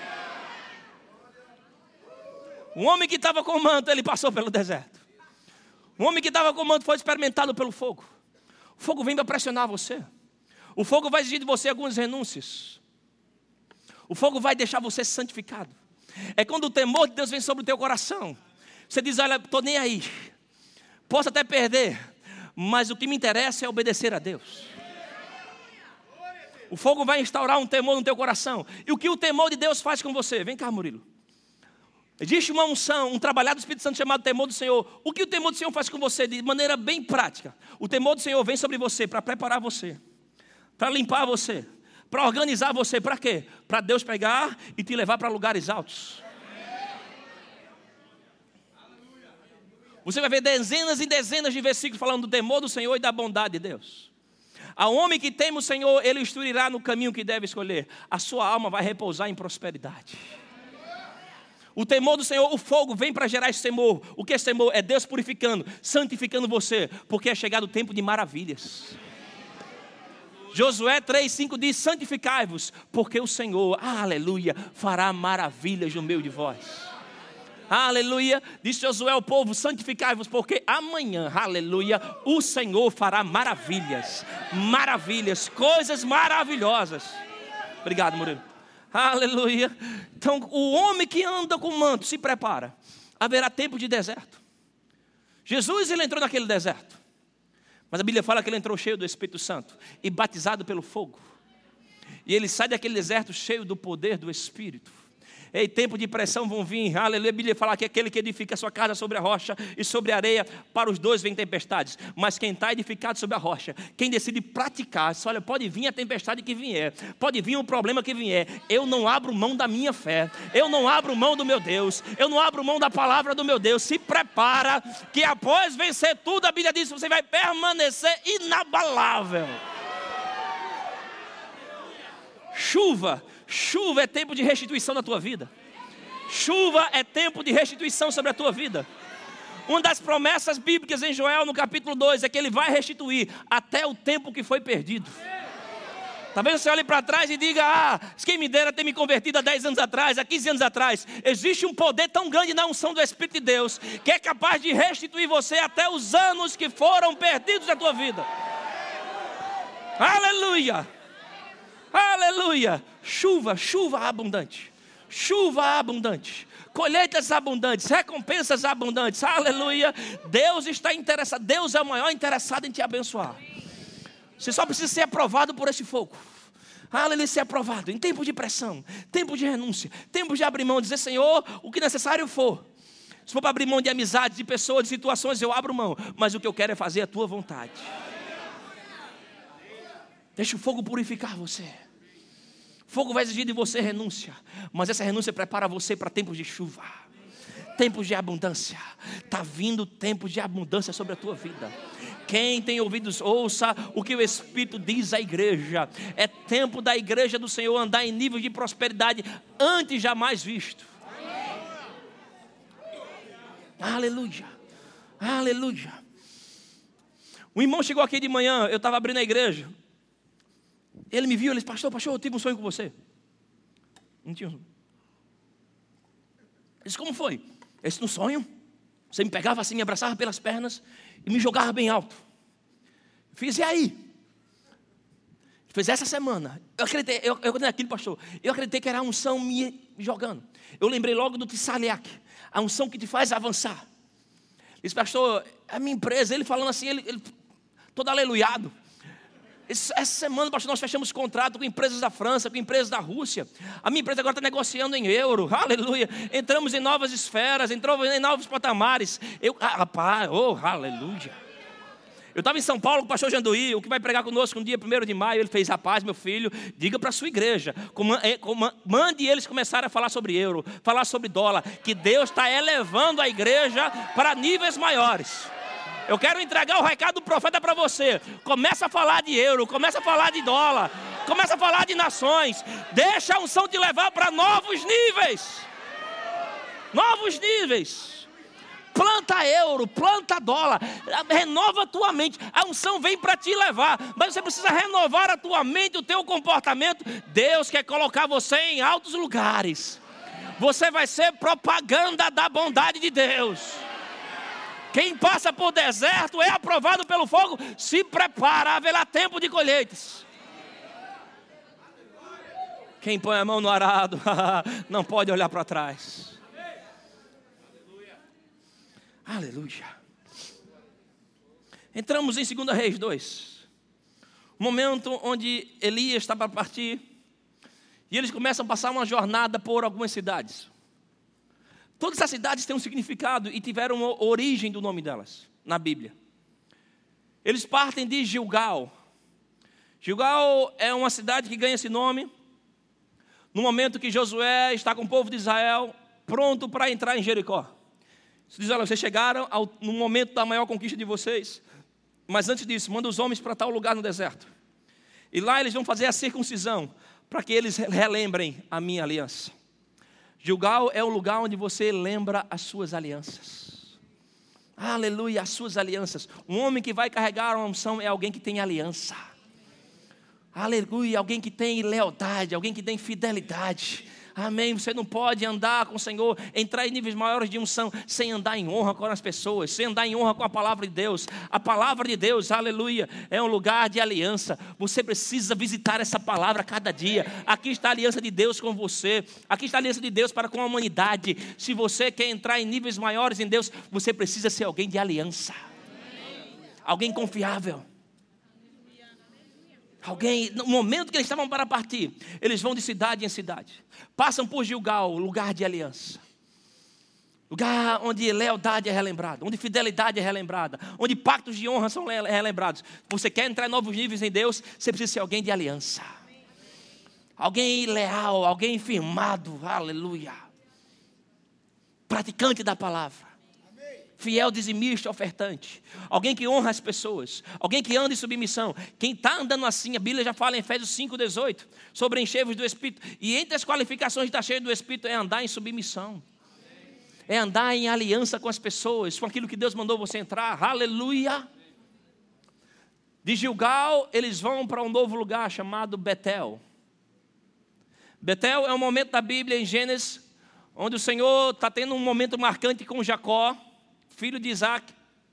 Um homem que estava com manto, ele passou pelo deserto. Um homem que estava com manto foi experimentado pelo fogo. O fogo vem para pressionar você. O fogo vai exigir de você algumas renúncias. O fogo vai deixar você santificado. É quando o temor de Deus vem sobre o teu coração. Você diz, olha, estou nem aí. Posso até perder, mas o que me interessa é obedecer a Deus. O fogo vai instaurar um temor no teu coração. E o que o temor de Deus faz com você? Vem cá, Murilo. Existe uma unção, um trabalhar do Espírito Santo chamado temor do Senhor. O que o temor do Senhor faz com você de maneira bem prática? O temor do Senhor vem sobre você para preparar você, para limpar você, para organizar você. Para quê? Para Deus pegar e te levar para lugares altos. Você vai ver dezenas e dezenas de versículos falando do temor do Senhor e da bondade de Deus. Ao homem que teme o Senhor, Ele o instruirá no caminho que deve escolher. A sua alma vai repousar em prosperidade. O temor do Senhor, o fogo vem para gerar esse temor. O que é esse temor? É Deus purificando, santificando você, porque é chegado o tempo de maravilhas. Josué três, cinco diz, santificai-vos, porque o Senhor, aleluia, fará maravilhas no meio de vós. Aleluia, disse Josué ao povo, santificai-vos, porque amanhã, aleluia, o Senhor fará maravilhas, maravilhas, coisas maravilhosas. Obrigado, Murilo. Aleluia. Então, o homem que anda com manto se prepara. Haverá tempo de deserto. Jesus, ele entrou naquele deserto. Mas a Bíblia fala que ele entrou cheio do Espírito Santo e batizado pelo fogo. E ele sai daquele deserto cheio do poder do Espírito. Ei, tempo de pressão vão vir, aleluia. A Bíblia fala que aquele que edifica a sua casa sobre a rocha e sobre a areia, para os dois vem tempestades. Mas quem está edificado sobre a rocha, quem decide praticar, diz, olha, pode vir a tempestade que vier, pode vir o problema que vier, eu não abro mão da minha fé, eu não abro mão do meu Deus, eu não abro mão da palavra do meu Deus. Se prepara, que após vencer tudo, a Bíblia diz, você vai permanecer inabalável. Chuva, chuva é tempo de restituição na tua vida. Chuva é tempo de restituição sobre a tua vida. Uma das promessas bíblicas em Joel, no capítulo dois, é que ele vai restituir até o tempo que foi perdido. Talvez você olhe para trás e diga, ah, quem me dera ter me convertido há dez anos atrás, há quinze anos atrás. Existe um poder tão grande na unção do Espírito de Deus, que é capaz de restituir você até os anos que foram perdidos da tua vida. Aleluia! Aleluia, chuva, chuva abundante, chuva abundante, colheitas abundantes, recompensas abundantes, aleluia. Deus está interessado, Deus é o maior interessado em te abençoar. Você só precisa ser aprovado por esse fogo. Aleluia, ser aprovado em tempos de pressão, tempos de renúncia, tempos de abrir mão, dizer, Senhor, o que necessário for. Se for para abrir mão de amizades, de pessoas, de situações, eu abro mão, mas o que eu quero é fazer a tua vontade. Deixa o fogo purificar você. Fogo vai exigir de você renúncia, mas essa renúncia prepara você para tempos de chuva, tempos de abundância. Está vindo tempos de abundância sobre a tua vida. Quem tem ouvidos, ouça o que o Espírito diz à igreja. É tempo da igreja do Senhor andar em nível de prosperidade antes jamais visto. Aleluia, aleluia. Um irmão chegou aqui de manhã, eu estava abrindo a igreja. Ele me viu, ele disse, pastor, pastor, eu tive um sonho com você. Não tinha um sonho. Ele disse, como foi? Eu disse, no sonho, você me pegava assim, me abraçava pelas pernas e me jogava bem alto. Eu fiz, e aí? Ele Fez essa semana. Eu acreditei, eu, eu acreditei naquilo, pastor. Eu acreditei que era a unção me jogando. Eu lembrei logo do Tissaliac, a unção que te faz avançar. Disse, pastor, a minha empresa, ele falando assim, ele, ele todo aleluiado. Essa semana, pastor, nós fechamos contrato com empresas da França, com empresas da Rússia. A minha empresa agora está negociando em euro, aleluia. Entramos em novas esferas, entramos em novos patamares. Eu, ah, rapaz, oh, aleluia. Eu estava em São Paulo com o pastor Janduí, o que vai pregar conosco no dia primeiro de maio. Ele fez, rapaz, meu filho, diga para a sua igreja, mande eles começarem a falar sobre euro, falar sobre dólar, que Deus está elevando a igreja para níveis maiores. Eu quero entregar o recado do profeta para você. Começa a falar de euro, começa a falar de dólar, começa a falar de nações. Deixa a unção te levar para novos níveis. Novos níveis. Planta euro, planta dólar, renova a tua mente. A unção vem para te levar, mas você precisa renovar a tua mente, o teu comportamento. Deus quer colocar você em altos lugares. Você vai ser propaganda da bondade de Deus. Quem passa por deserto é aprovado pelo fogo. Se prepara, haverá tempo de colheitas. Quem põe a mão no arado não pode olhar para trás. Aleluia. Entramos em segunda Reis dois. Um momento onde Elias está para partir. E eles começam a passar uma jornada por algumas cidades. Todas as cidades têm um significado e tiveram uma origem do nome delas na Bíblia. Eles partem de Gilgal. Gilgal é uma cidade que ganha esse nome no momento que Josué está com o povo de Israel pronto para entrar em Jericó. Isso diz, olha, vocês chegaram ao, no momento da maior conquista de vocês, mas antes disso, manda os homens para tal lugar no deserto. E lá eles vão fazer a circuncisão, para que eles relembrem a minha aliança. Gilgal é o lugar onde você lembra as suas alianças. Aleluia, as suas alianças. Um homem que vai carregar uma unção é alguém que tem aliança. Aleluia, alguém que tem lealdade, alguém que tem fidelidade. Amém, você não pode andar com o Senhor, entrar em níveis maiores de unção, sem andar em honra com as pessoas, sem andar em honra com a palavra de Deus. A palavra de Deus, aleluia, é um lugar de aliança. Você precisa visitar essa palavra a cada dia. Aqui está a aliança de Deus com você, aqui está a aliança de Deus para com a humanidade. Se você quer entrar em níveis maiores em Deus, você precisa ser alguém de aliança, alguém confiável. Alguém, no momento que eles estavam para partir, eles vão de cidade em cidade. Passam por Gilgal, lugar de aliança. Lugar onde lealdade é relembrada, onde fidelidade é relembrada, onde pactos de honra são relembrados. Você quer entrar em novos níveis em Deus, você precisa ser alguém de aliança. Alguém leal, alguém firmado, aleluia. Praticante da palavra. Fiel, dizimista, ofertante. Alguém que honra as pessoas. Alguém que anda em submissão. Quem está andando assim, a Bíblia já fala em Efésios cinco, dezoito, sobre enchei-vos do Espírito. E entre as qualificações de estar cheio do Espírito é andar em submissão. É andar em aliança com as pessoas, com aquilo que Deus mandou você entrar. Aleluia. De Gilgal, eles vão para um novo lugar chamado Betel. Betel é um momento da Bíblia em Gênesis, onde o Senhor está tendo um momento marcante com Jacó, filho de Isaac.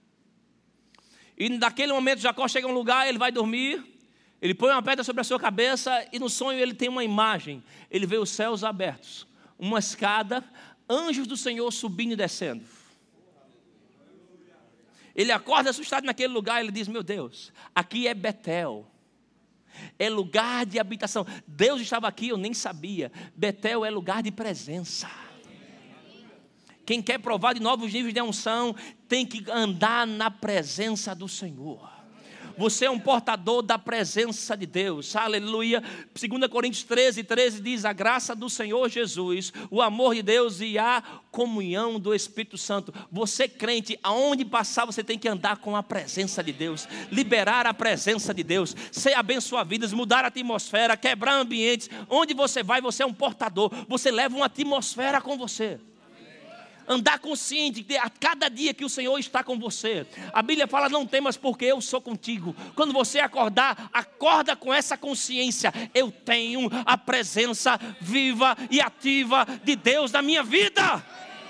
E naquele momento Jacó chega a um lugar, ele vai dormir, ele põe uma pedra sobre a sua cabeça e no sonho ele tem uma imagem. Ele vê os céus abertos, uma escada, anjos do Senhor subindo e descendo. Ele acorda assustado naquele lugar, ele diz, meu Deus, aqui é Betel, é lugar de habitação. Deus estava aqui, eu nem sabia. Betel é lugar de presença. Quem quer provar de novos níveis de unção tem que andar na presença do Senhor. Você é um portador da presença de Deus, aleluia. Segunda Coríntios treze, treze diz, a graça do Senhor Jesus, o amor de Deus e a comunhão do Espírito Santo. Você crente, aonde passar você tem que andar com a presença de Deus, liberar a presença de Deus, ser abençoar vidas, mudar a atmosfera, quebrar ambientes. Onde você vai, você é um portador, você leva uma atmosfera com você. Andar consciente de a cada dia que o Senhor está com você. A Bíblia fala, não temas porque eu sou contigo. Quando você acordar, acorda com essa consciência. Eu tenho a presença viva e ativa de Deus na minha vida.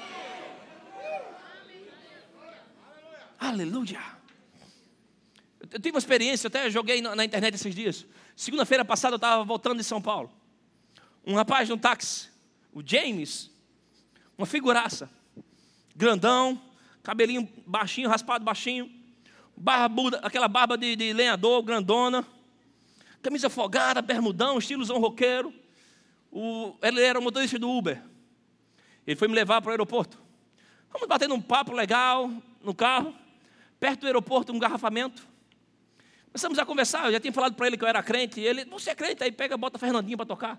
Aleluia. eu tive uma experiência, eu até joguei na internet esses dias. Segunda-feira passada eu estava voltando de São Paulo. Um rapaz no táxi, o James, uma figuraça, grandão, cabelinho baixinho, raspado baixinho, barbuda, aquela barba de, de lenhador, grandona, camisa folgada, bermudão, estilozão roqueiro. O, ele era o motorista do Uber. Ele foi me levar para o aeroporto. Vamos batendo um papo legal no carro. Perto do aeroporto, um engarrafamento. Começamos a conversar. Eu já tinha falado para ele que eu era crente. E ele, você é crente? Aí pega, bota Fernandinho para tocar.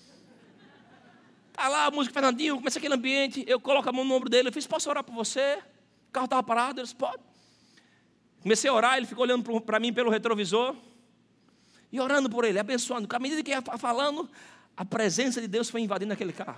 Tá lá a música Fernandinho, começa aquele ambiente. Eu coloco a mão no ombro dele. Eu fiz, posso orar por você? O carro estava parado. Ele disse, pode. Comecei a orar. Ele ficou olhando para mim pelo retrovisor. E orando por ele, abençoando. À medida que ia falando, a presença de Deus foi invadindo aquele carro.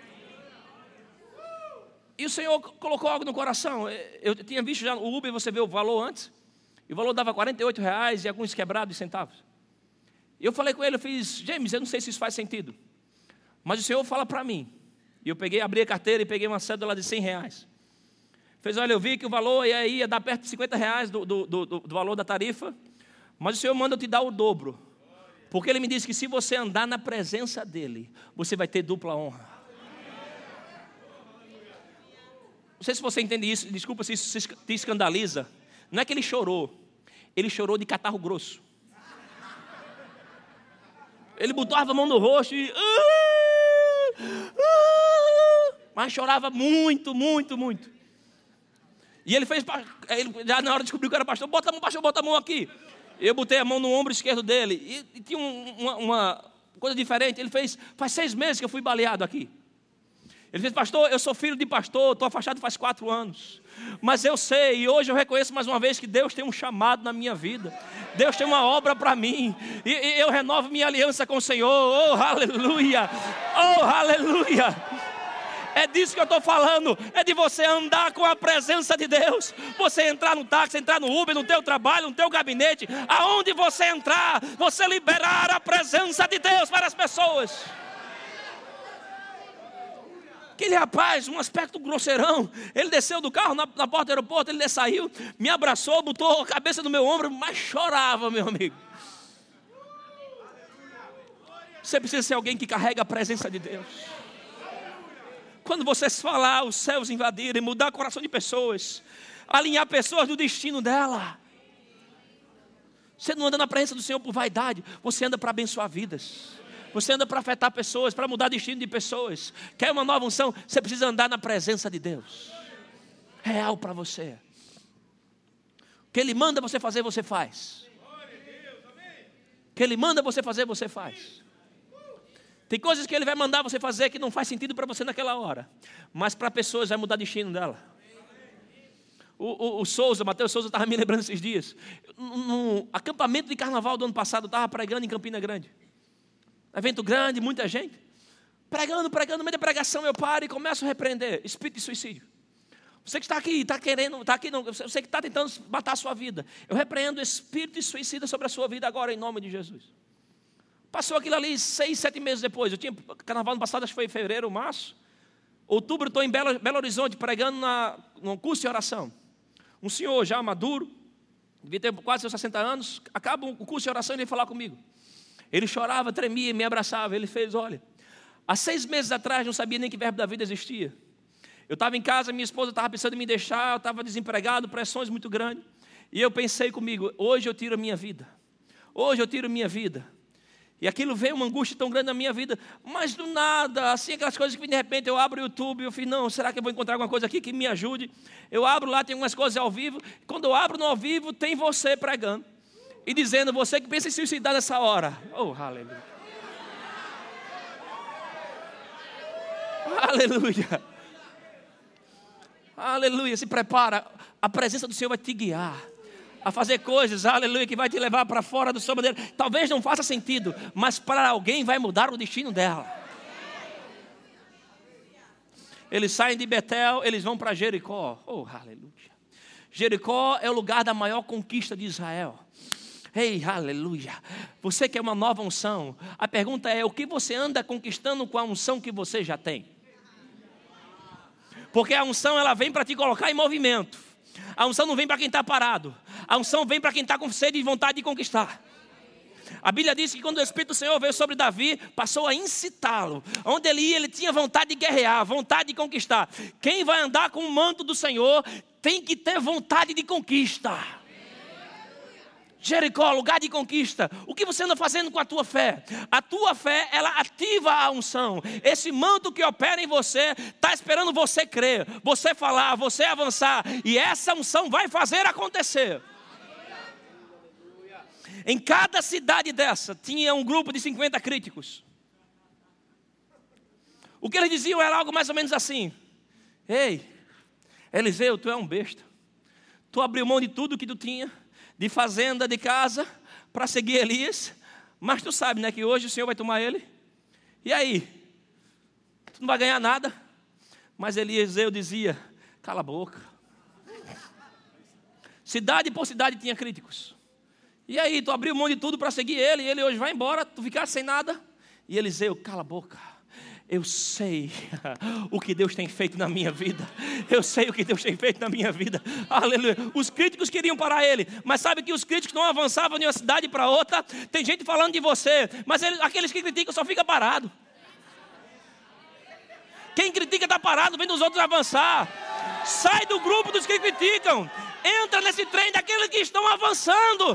E o Senhor colocou algo no coração. Eu tinha visto já o Uber, você vê o valor antes. E o valor dava quarenta e oito reais e alguns quebrados centavos. E eu falei com ele, eu fiz, James, eu não sei se isso faz sentido. Mas o Senhor fala para mim. E eu peguei, abri a carteira e peguei uma cédula de cem reais. Fez, olha, eu vi que o valor ia, ia dar perto de cinquenta reais do, do, do, do valor da tarifa. Mas o Senhor manda eu te dar o dobro. Porque Ele me disse que se você andar na presença dEle, você vai ter dupla honra. Não sei se você entende isso, desculpa se isso te escandaliza. Não é que ele chorou, ele chorou de catarro grosso. Ele botava a mão no rosto e... Mas chorava muito, muito, muito. E ele fez, ele já na hora descobriu que era pastor, bota a mão, pastor, bota a mão aqui. Eu botei a mão no ombro esquerdo dele. E, e tinha um, uma, uma coisa diferente. Ele fez, faz seis meses que eu fui baleado aqui. Ele fez, pastor, eu sou filho de pastor, estou afastado faz quatro anos. Mas eu sei, e hoje eu reconheço mais uma vez que Deus tem um chamado na minha vida. Deus tem uma obra para mim. E, e eu renovo minha aliança com o Senhor. Oh, aleluia! Oh, aleluia! É disso que eu estou falando, é de você andar com a presença de Deus. Você entrar no táxi, entrar no Uber, no teu trabalho, no teu gabinete. Aonde você entrar, você liberar a presença de Deus para as pessoas. Aquele rapaz, um aspecto grosseirão, ele desceu do carro na, na porta do aeroporto, ele saiu, me abraçou, botou a cabeça no meu ombro, mas chorava, meu amigo. Você precisa ser alguém que carrega a presença de Deus. Quando você falar, os céus invadirem, mudar o coração de pessoas, alinhar pessoas no destino dela. Você não anda na presença do Senhor por vaidade, você anda para abençoar vidas. Você anda para afetar pessoas, para mudar o destino de pessoas. Quer uma nova unção? Você precisa andar na presença de Deus. Real para você. O que Ele manda você fazer, você faz. O que Ele manda você fazer, você faz. Tem coisas que Ele vai mandar você fazer que não faz sentido para você naquela hora. Mas para pessoas vai mudar o destino dela. O, o, o Souza, Mateus Souza estava me lembrando esses dias. No, no acampamento de carnaval do ano passado, eu estava pregando em Campina Grande. Evento grande, muita gente. Pregando, pregando, no meio da pregação eu paro e começo a repreender. Espírito de suicídio. Você que está aqui, está querendo, está aqui, não, você que está tentando matar a sua vida. Eu repreendo o espírito de suicida sobre a sua vida agora, em nome de Jesus. Passou aquilo ali seis, sete meses depois. Eu tinha carnaval no passado, acho que foi em fevereiro, março. Outubro, estou em Belo, Belo Horizonte, pregando na, num curso de oração. Um senhor já maduro, devia ter quase seus sessenta anos, acaba o curso de oração e ele veio falar comigo. Ele chorava, tremia, me abraçava. Ele fez, olha, há seis meses atrás não sabia nem que verbo da vida existia. Eu estava em casa, minha esposa estava pensando em me deixar, eu estava desempregado, pressões muito grandes. E eu pensei comigo, hoje eu tiro a minha vida. Hoje eu tiro a minha vida. E aquilo veio uma angústia tão grande na minha vida. Mas do nada, assim, aquelas coisas que de repente eu abro o YouTube e eu fiz, não, será que eu vou encontrar alguma coisa aqui que me ajude? Eu abro lá, tem algumas coisas ao vivo. Quando eu abro no ao vivo, tem você pregando. E dizendo, você que pensa em suicidar nessa hora. Oh, aleluia. Aleluia. Aleluia. Se prepara. A presença do Senhor vai te guiar a fazer coisas, aleluia, que vai te levar para fora do seu modelo. Talvez não faça sentido, mas para alguém vai mudar o destino dela. Eles saem de Betel, eles vão para Jericó. Oh, aleluia. Jericó é o lugar da maior conquista de Israel. Ei, aleluia. Você quer uma nova unção? A pergunta é, o que você anda conquistando com a unção que você já tem? Porque a unção, ela vem para te colocar em movimento. A unção não vem para quem está parado. A unção vem para quem está com sede e vontade de conquistar. A Bíblia diz que quando o Espírito do Senhor veio sobre Davi, passou a incitá-lo. Onde ele ia, ele tinha vontade de guerrear, vontade de conquistar. Quem vai andar com o manto do Senhor tem que ter vontade de conquista. Jericó, lugar de conquista. O que você anda fazendo com a tua fé? A tua fé, ela ativa a unção. Esse manto que opera em você, está esperando você crer, você falar, você avançar. E essa unção vai fazer acontecer. Em cada cidade dessa, tinha um grupo de cinquenta críticos. O que eles diziam era algo mais ou menos assim: ei, Eliseu, tu é um besta. Tu abriu mão de tudo que tu tinha, de fazenda, de casa, para seguir Elias. Mas tu sabe, né, que hoje o Senhor vai tomar ele. E aí? Tu não vai ganhar nada. Mas Eliseu dizia: cala a boca. Cidade por cidade tinha críticos. E aí, tu abriu mão de tudo para seguir ele, e ele hoje vai embora, tu ficaste sem nada. E Eliseu, cala a boca. Eu sei o que Deus tem feito na minha vida. Eu sei o que Deus tem feito na minha vida. Aleluia. Os críticos queriam parar ele, mas sabe que os críticos não avançavam de uma cidade para outra. Tem gente falando de você, mas ele, aqueles que criticam só ficam parados. Quem critica está parado, vendo os outros avançar. Sai do grupo dos que criticam. Entra nesse trem daqueles que estão avançando.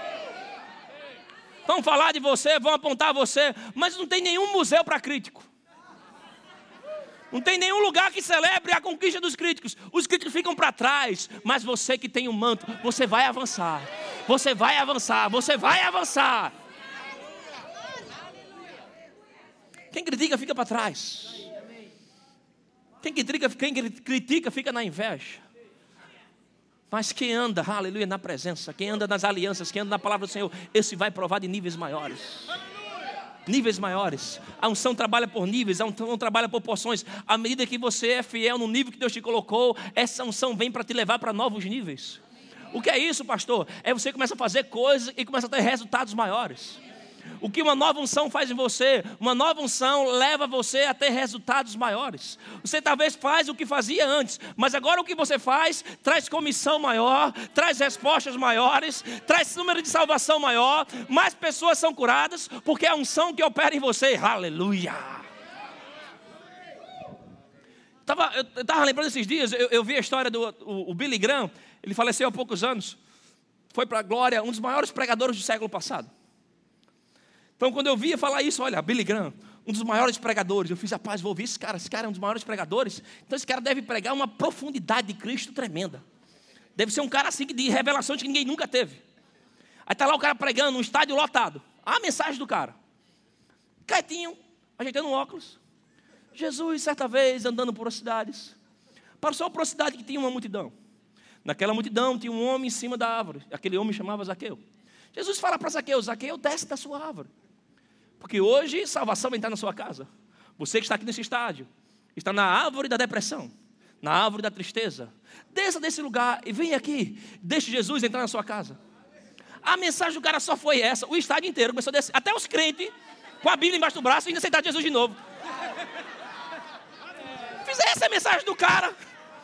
Vão falar de você, vão apontar você, mas não tem nenhum museu para crítico. Não tem nenhum lugar que celebre a conquista dos críticos. Os críticos ficam para trás, mas você que tem um manto, você vai avançar. Você vai avançar, você vai avançar. Quem critica fica para trás. Quem critica, quem critica fica na inveja. Mas quem anda, aleluia, na presença, quem anda nas alianças, quem anda na palavra do Senhor, esse vai provar de níveis maiores. Níveis maiores. A unção trabalha por níveis, a unção trabalha por porções. À medida que você é fiel no nível que Deus te colocou, essa unção vem para te levar para novos níveis. O que é isso, pastor? É você começa a fazer coisas e começa a ter resultados maiores. O que uma nova unção faz em você? Uma nova unção leva você a ter resultados maiores. Você talvez faz o que fazia antes, mas agora o que você faz traz comissão maior, traz respostas maiores, traz número de salvação maior, mais pessoas são curadas, porque é a unção que opera em você. Aleluia! Tava, eu estava lembrando esses dias, eu, eu vi a história do o, o Billy Graham. Ele faleceu há poucos anos, foi para a glória, um dos maiores pregadores do século passado. Então, quando eu via falar isso, olha, Billy Graham, um dos maiores pregadores, eu fiz a paz, vou ouvir esse cara, esse cara é um dos maiores pregadores, então esse cara deve pregar uma profundidade de Cristo tremenda. Deve ser um cara assim de revelações que ninguém nunca teve. Aí está lá o cara pregando, um estádio lotado. A mensagem do cara. Quietinho, ajeitando um óculos. Jesus, certa vez, andando por as cidades, passou por uma cidade que tinha uma multidão. Naquela multidão tinha um homem em cima da árvore. Aquele homem chamava Zaqueu. Jesus fala para Zaqueu: Zaqueu, desce da sua árvore. Porque hoje salvação vai entrar na sua casa. Você que está aqui nesse estádio, está na árvore da depressão, na árvore da tristeza. Desça desse lugar e vem aqui. Deixe Jesus entrar na sua casa. A mensagem do cara só foi essa. O estádio inteiro começou a descer. Até os crentes, com a Bíblia embaixo do braço, indo aceitar Jesus de novo. Fiz essa a mensagem do cara.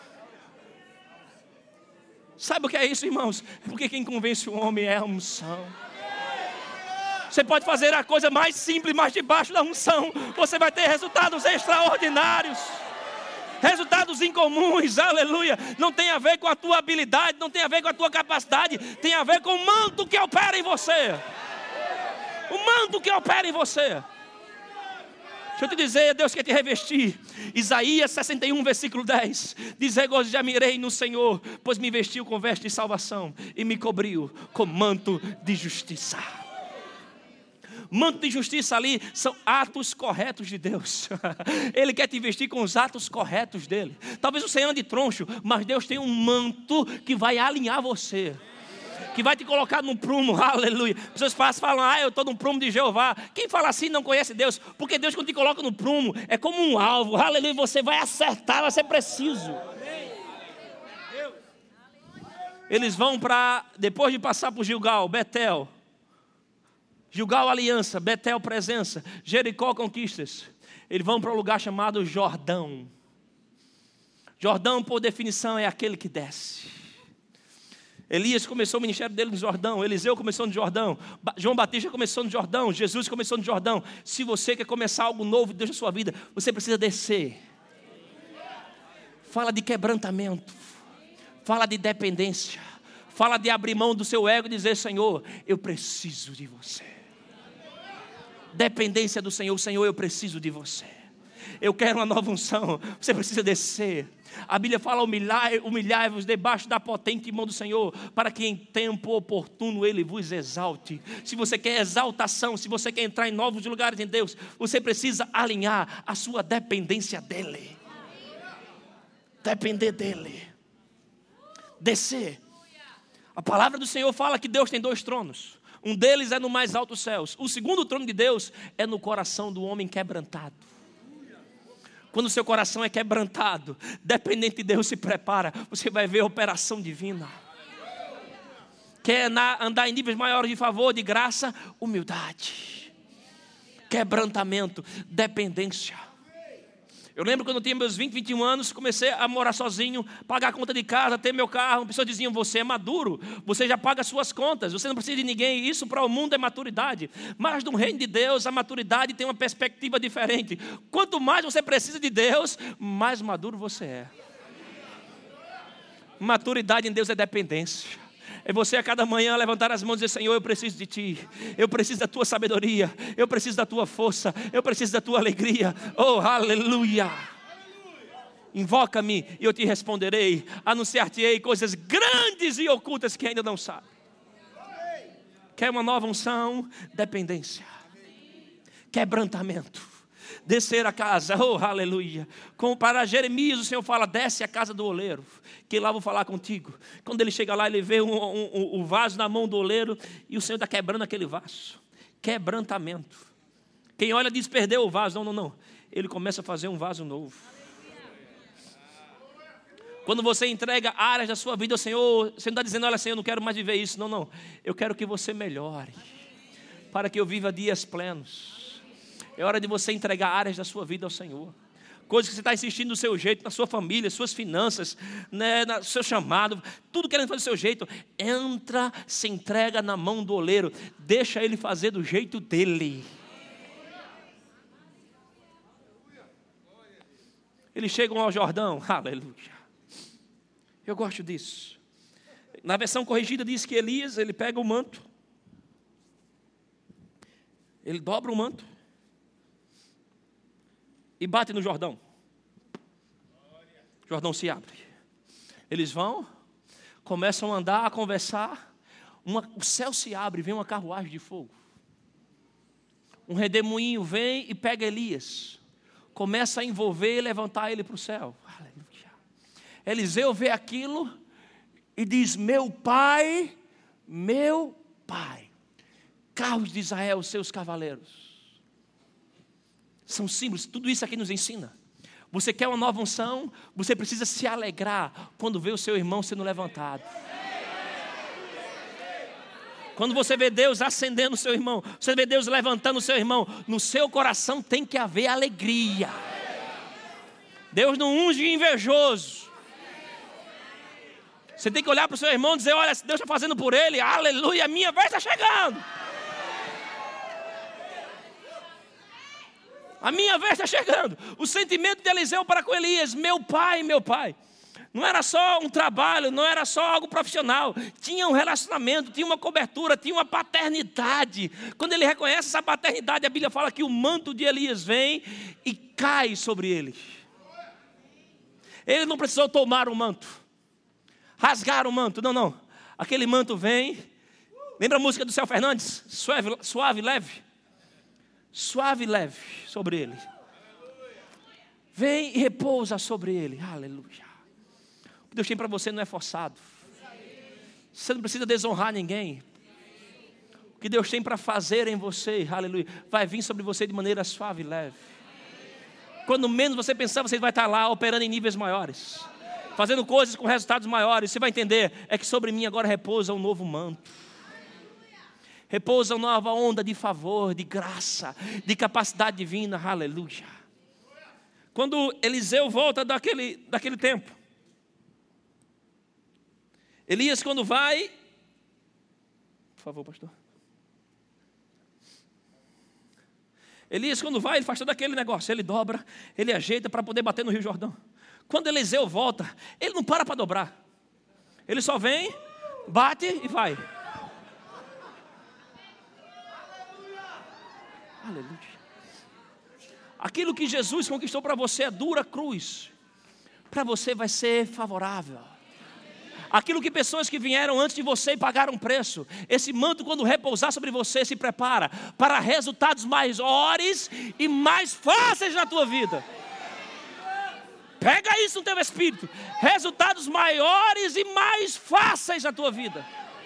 Sabe o que é isso, irmãos? É porque quem convence o homem é a unção. Você pode fazer a coisa mais simples, mas debaixo da unção você vai ter resultados extraordinários. Resultados incomuns, aleluia. Não tem a ver com a tua habilidade, não tem a ver com a tua capacidade, tem a ver com o manto que opera em você. O manto que opera em você. Deixa eu te dizer, Deus quer te revestir. Isaías sessenta e um, versículo dez. Diz: regozijarei no Senhor, pois me vestiu com veste de salvação e me cobriu com manto de justiça. Manto de justiça ali são atos corretos de Deus. Ele quer te vestir com os atos corretos dele. Talvez você ande troncho, mas Deus tem um manto que vai alinhar você, que vai te colocar num prumo, aleluia. Pessoas falam: ah, eu estou num prumo de Jeová. Quem fala assim não conhece Deus, porque Deus, quando te coloca no prumo, é como um alvo, aleluia. Você vai acertar, vai ser preciso. Eles vão para, depois de passar por Gilgal, Betel, Gilgal aliança, Betel presença, Jericó conquistas, eles vão para um lugar chamado Jordão. Jordão, por definição, é aquele que desce. Elias começou o ministério dele no Jordão, Eliseu começou no Jordão, João Batista começou no Jordão, Jesus começou no Jordão. Se você quer começar algo novo de Deus na sua vida, você precisa descer. Fala de quebrantamento, fala de dependência, fala de abrir mão do seu ego e dizer: Senhor, eu preciso de você. Dependência do Senhor: Senhor, eu preciso de você. Eu quero uma nova unção. Você precisa descer. A Bíblia fala: humilhai, humilhai-vos debaixo da potente mão do Senhor, para que em tempo oportuno Ele vos exalte. Se você quer exaltação, se você quer entrar em novos lugares em Deus, você precisa alinhar a sua dependência dEle. Depender dEle. Descer. A palavra do Senhor fala que Deus tem dois tronos. Um deles é no mais altos céus. O segundo trono de Deus é no coração do homem quebrantado. Quando o seu coração é quebrantado, dependente de Deus, se prepara, você vai ver a operação divina. Quer andar em níveis maiores de favor, de graça? Humildade, quebrantamento, dependência. Eu lembro quando eu tinha meus vinte, vinte e um anos, comecei a morar sozinho, pagar a conta de casa, ter meu carro. As pessoas diziam: você é maduro, você já paga as suas contas, você não precisa de ninguém. Isso para o mundo é maturidade. Mas no reino de Deus, a maturidade tem uma perspectiva diferente. Quanto mais você precisa de Deus, mais maduro você é. Maturidade em Deus é dependência. É você a cada manhã levantar as mãos e dizer: Senhor, eu preciso de Ti, eu preciso da Tua sabedoria, eu preciso da Tua força, eu preciso da Tua alegria. Oh, aleluia! Invoca-me e eu te responderei, anunciar-te-ei coisas grandes e ocultas que ainda não sabe. Quer uma nova unção? Dependência, quebrantamento, descer a casa. Oh, aleluia! Como para Jeremias o Senhor fala: desce a casa do oleiro, que lá vou falar contigo. Quando ele chega lá, ele vê um, um, um, um vaso na mão do oleiro, e o Senhor está quebrando aquele vaso. Quebrantamento. Quem olha diz: perdeu o vaso. Não, não, não. Ele começa a fazer um vaso novo. Quando você entrega áreas da sua vida ao Senhor, você não está dizendo: olha, Senhor, eu não quero mais viver isso. Não, não. Eu quero que você melhore, para que eu viva dias plenos. É hora de você entregar áreas da sua vida ao Senhor. Coisas que você está insistindo do seu jeito, na sua família, suas finanças, né, no seu chamado, tudo querendo fazer do seu jeito. Entra, se entrega na mão do oleiro, deixa ele fazer do jeito dele. Eles chegam ao Jordão, aleluia. Eu gosto disso. Na versão corrigida diz que Elias, ele pega o manto, ele dobra o manto e bate no Jordão. O Jordão se abre. Eles vão, começam a andar, a conversar. Uma, o céu se abre, vem uma carruagem de fogo. Um redemoinho vem e pega Elias. Começa a envolver e levantar ele para o céu. Aleluia. Eliseu vê aquilo e diz: meu pai, meu pai. Carros de Israel, seus cavaleiros. São símbolos, tudo isso aqui nos ensina. Você quer uma nova unção? Você precisa se alegrar quando vê o seu irmão sendo levantado. Quando você vê Deus acendendo o seu irmão, você vê Deus levantando o seu irmão, no seu coração tem que haver alegria. Deus não unge invejoso. Você tem que olhar para o seu irmão e dizer: olha, se Deus está fazendo por ele, aleluia, a minha vez está chegando. A minha vez está chegando. O sentimento de Eliseu para com Elias: meu pai, meu pai. Não era só um trabalho, não era só algo profissional. Tinha um relacionamento, tinha uma cobertura, tinha uma paternidade. Quando ele reconhece essa paternidade, a Bíblia fala que o manto de Elias vem e cai sobre ele. Ele não precisou tomar o manto, rasgar o manto, não, não. Aquele manto vem. Lembra a música do Céu Fernandes? Suave, suave, leve. Suave e leve sobre ele. Vem e repousa sobre ele. Aleluia. O que Deus tem para você não é forçado. Você não precisa desonrar ninguém. O que Deus tem para fazer em você, aleluia, vai vir sobre você de maneira suave e leve. Quando menos você pensar, você vai estar lá operando em níveis maiores, fazendo coisas com resultados maiores. Você vai entender, é que sobre mim agora repousa um novo manto. Repousa uma nova onda de favor, de graça, de capacidade divina, aleluia. Quando Eliseu volta daquele, daquele tempo, Elias, quando vai... Por favor, pastor. Elias, quando vai, ele faz todo aquele negócio. Ele dobra, ele ajeita para poder bater no Rio Jordão. Quando Eliseu volta, ele não para para dobrar. Ele só vem, bate e vai. Aleluia. Aquilo que Jesus conquistou para você é dura cruz. Para você vai ser favorável. Aquilo que pessoas que vieram antes de você e pagaram preço, esse manto, quando repousar sobre você, se prepara para resultados maiores e mais fáceis na tua vida. Pega isso no teu espírito. Resultados maiores e mais fáceis na tua vida.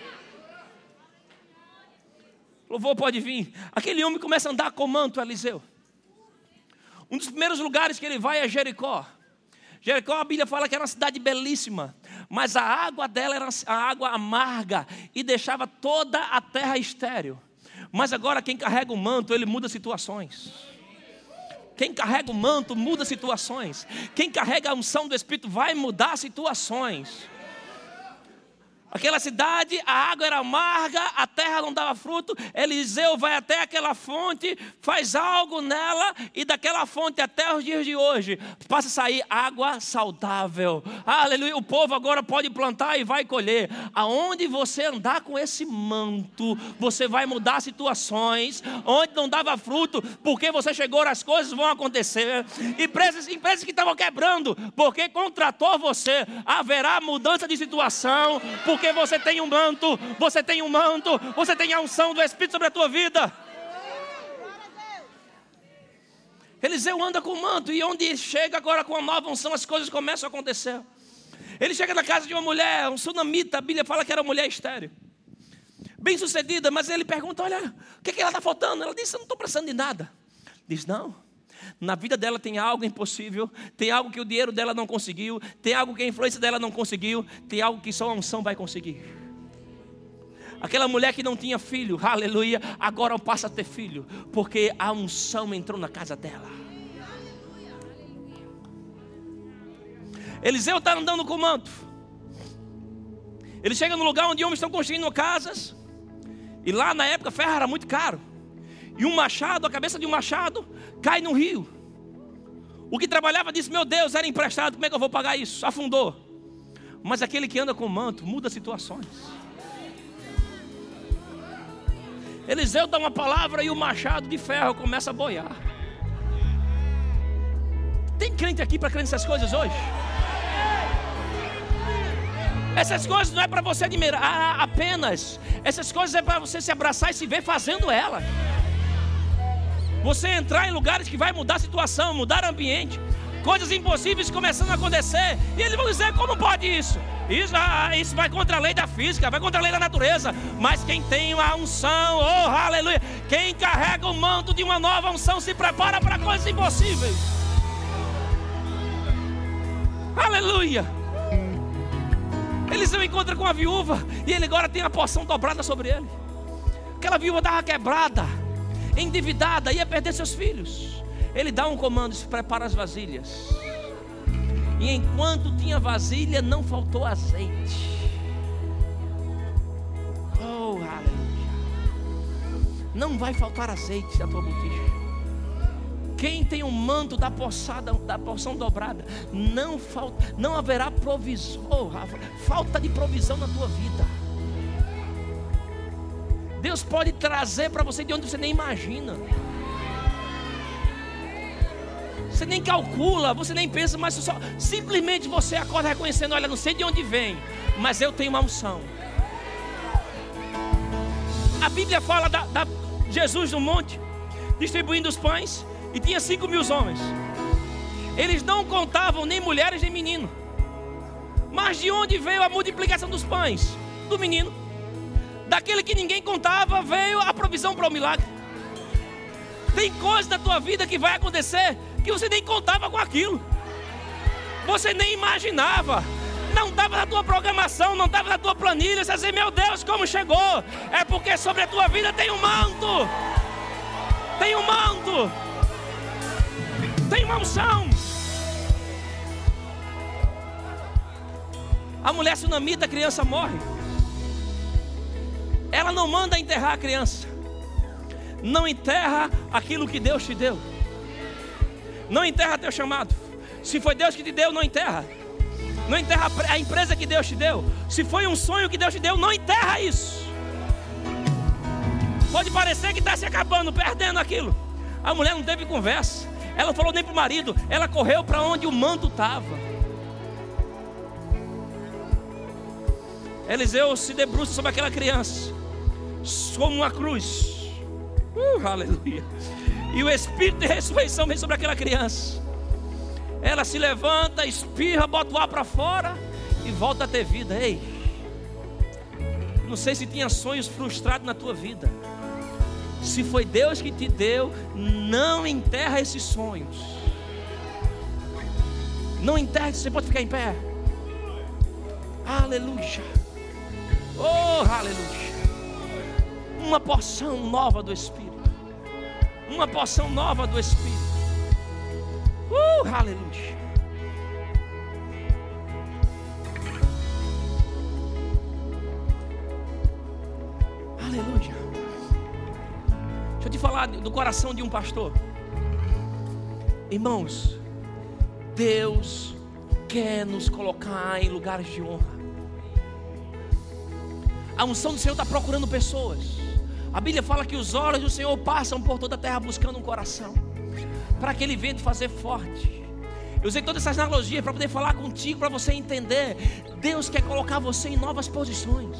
Louvor pode vir. Aquele homem começa a andar com manto, Eliseu. Um dos primeiros lugares que ele vai é Jericó. Jericó, a Bíblia fala que era uma cidade belíssima, mas a água dela era a água amarga e deixava toda a terra estéril. Mas agora quem carrega o manto, ele muda situações. Quem carrega o manto muda situações. Quem carrega a unção do Espírito vai mudar situações. Aquela cidade, a água era amarga, a terra não dava fruto. Eliseu vai até aquela fonte, faz algo nela, e daquela fonte até os dias de hoje passa a sair água saudável. Aleluia, o povo agora pode plantar e vai colher. Aonde você andar com esse manto, você vai mudar situações. Onde não dava fruto, porque você chegou, as coisas vão acontecer. Empresas, empresas que estavam quebrando, porque contratou você, haverá mudança de situação, porque Porque você tem um manto, você tem um manto, você tem a unção do Espírito sobre a tua vida. Eliseu anda com o manto, e onde chega agora com a nova unção, as coisas começam a acontecer. Ele chega na casa de uma mulher, um sunamita, a Bíblia fala que era uma mulher estéril, bem sucedida, mas ele pergunta, olha, o que, é que ela está faltando? Ela disse, eu não estou precisando de nada. Diz, não. Na vida dela tem algo impossível, tem algo que o dinheiro dela não conseguiu, tem algo que a influência dela não conseguiu, tem algo que só a unção vai conseguir. Aquela mulher que não tinha filho, aleluia, agora passa a ter filho, porque a unção entrou na casa dela. Eliseu está andando com o manto. Ele chega no lugar onde homens estão construindo casas, e lá na época ferro era muito caro. E um machado, a cabeça de um machado cai no rio. O que trabalhava disse, meu Deus, era emprestado, como é que eu vou pagar isso? Afundou. Mas aquele que anda com o manto muda situações. Eliseu dá uma palavra e o machado de ferro começa a boiar. Tem crente aqui para crer nessas coisas hoje? Essas coisas não é para você admirar apenas. Essas coisas é para você se abraçar e se ver fazendo ela. Você entrar em lugares que vai mudar a situação, mudar o ambiente. Coisas impossíveis começando a acontecer. E eles vão dizer, como pode isso? Isso, ah, isso vai contra a lei da física, vai contra a lei da natureza. Mas quem tem a unção, oh aleluia, quem carrega o manto de uma nova unção se prepara para coisas impossíveis. Aleluia. Eliseu encontra com a viúva e ele agora tem a porção dobrada sobre ele. Aquela viúva estava quebrada, endividada, ia perder seus filhos. Ele dá um comando, se prepara as vasilhas. E enquanto tinha vasilha, não faltou azeite. Oh, aleluia. Não vai faltar azeite na tua botija. Quem tem um manto da, poçada, da porção dobrada, não, falta, não haverá provisão, oh, falta de provisão na tua vida. Deus pode trazer para você de onde você nem imagina. Você nem calcula, você nem pensa, mas só, simplesmente você acorda reconhecendo, olha, não sei de onde vem, mas eu tenho uma unção. A Bíblia fala da, da Jesus no monte, distribuindo os pães, e tinha cinco mil homens. Eles não contavam nem mulheres nem menino. Mas de onde veio a multiplicação dos pães? Do menino. Daquele que ninguém contava veio a provisão para o milagre. Tem coisas na tua vida que vai acontecer que você nem contava com aquilo. Você nem imaginava. Não estava na tua programação, não estava na tua planilha. Você diz, meu Deus, como chegou? É porque sobre a tua vida tem um manto. Tem um manto. Tem uma unção. A mulher sunamita, a criança morre. Ela não manda enterrar a criança. Não enterra aquilo que Deus te deu. Não enterra teu chamado. Se foi Deus que te deu, não enterra. Não enterra a empresa que Deus te deu. Se foi um sonho que Deus te deu, não enterra isso. Pode parecer que está se acabando, perdendo aquilo. A mulher não teve conversa. Ela falou nem para o marido. Ela correu para onde o manto estava. Eliseu se debruça sobre aquela criança como uma cruz. Uh, aleluia. E o espírito de ressurreição vem sobre aquela criança. Ela se levanta, espirra, bota o ar para fora e volta a ter vida. Ei, não sei se tinha sonhos frustrados na tua vida. Se foi Deus que te deu, não enterra esses sonhos. Não enterra, você pode ficar em pé. Aleluia. Oh, aleluia. Uma porção nova do Espírito. Uma porção nova do Espírito. Uh, aleluia. Aleluia. Deixa eu te falar do coração de um pastor. Irmãos, Deus quer nos colocar em lugares de honra. A unção do Senhor está procurando pessoas. A Bíblia fala que os olhos do Senhor passam por toda a terra buscando um coração, para que Ele venha te fazer forte. Eu usei todas essas analogias para poder falar contigo, para você entender. Deus quer colocar você em novas posições.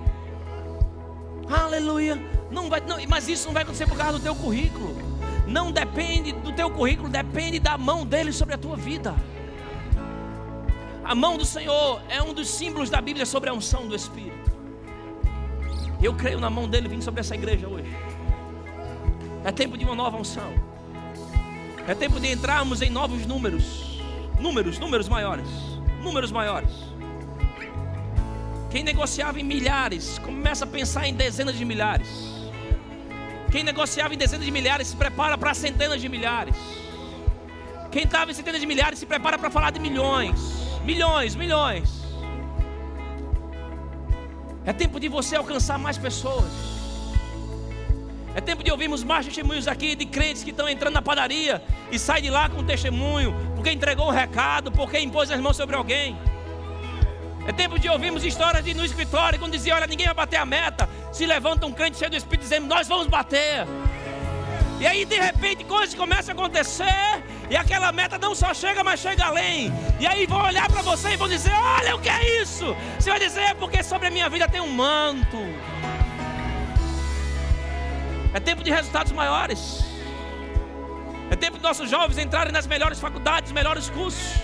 Aleluia. Não vai, não, mas isso não vai acontecer por causa do teu currículo. Não depende do teu currículo, depende da mão dele sobre a tua vida. A mão do Senhor é um dos símbolos da Bíblia sobre a unção do Espírito. Eu creio na mão dele vindo sobre essa igreja hoje. É tempo de uma nova unção. É tempo de entrarmos em novos números. Números, números maiores. Números maiores. Quem negociava em milhares, começa a pensar em dezenas de milhares. Quem negociava em dezenas de milhares, se prepara para centenas de milhares. Quem estava em centenas de milhares, se prepara para falar de milhões. Milhões, milhões. É tempo de você alcançar mais pessoas. É tempo de ouvirmos mais testemunhos aqui de crentes que estão entrando na padaria e saem de lá com um testemunho, porque entregou um recado, porque impôs as mãos sobre alguém. É tempo de ouvirmos histórias de no escritório, quando dizia, olha, ninguém vai bater a meta. Se levanta um crente cheio do Espírito dizendo, nós vamos bater. E aí de repente coisas começam a acontecer, e aquela meta não só chega, mas chega além. E aí vão olhar para você e vão dizer, olha o que é isso. Você vai dizer, é porque sobre a minha vida tem um manto. É tempo de resultados maiores. É tempo de nossos jovens entrarem nas melhores faculdades, melhores cursos.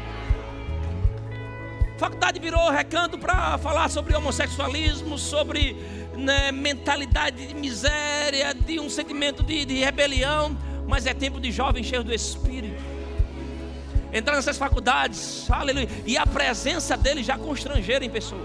Faculdade virou recanto para falar sobre homossexualismo, sobre né, mentalidade de miséria, de um sentimento de, de rebelião. Mas é tempo de jovens cheios do Espírito entrar nessas faculdades, aleluia, e a presença dele já constranger em pessoas.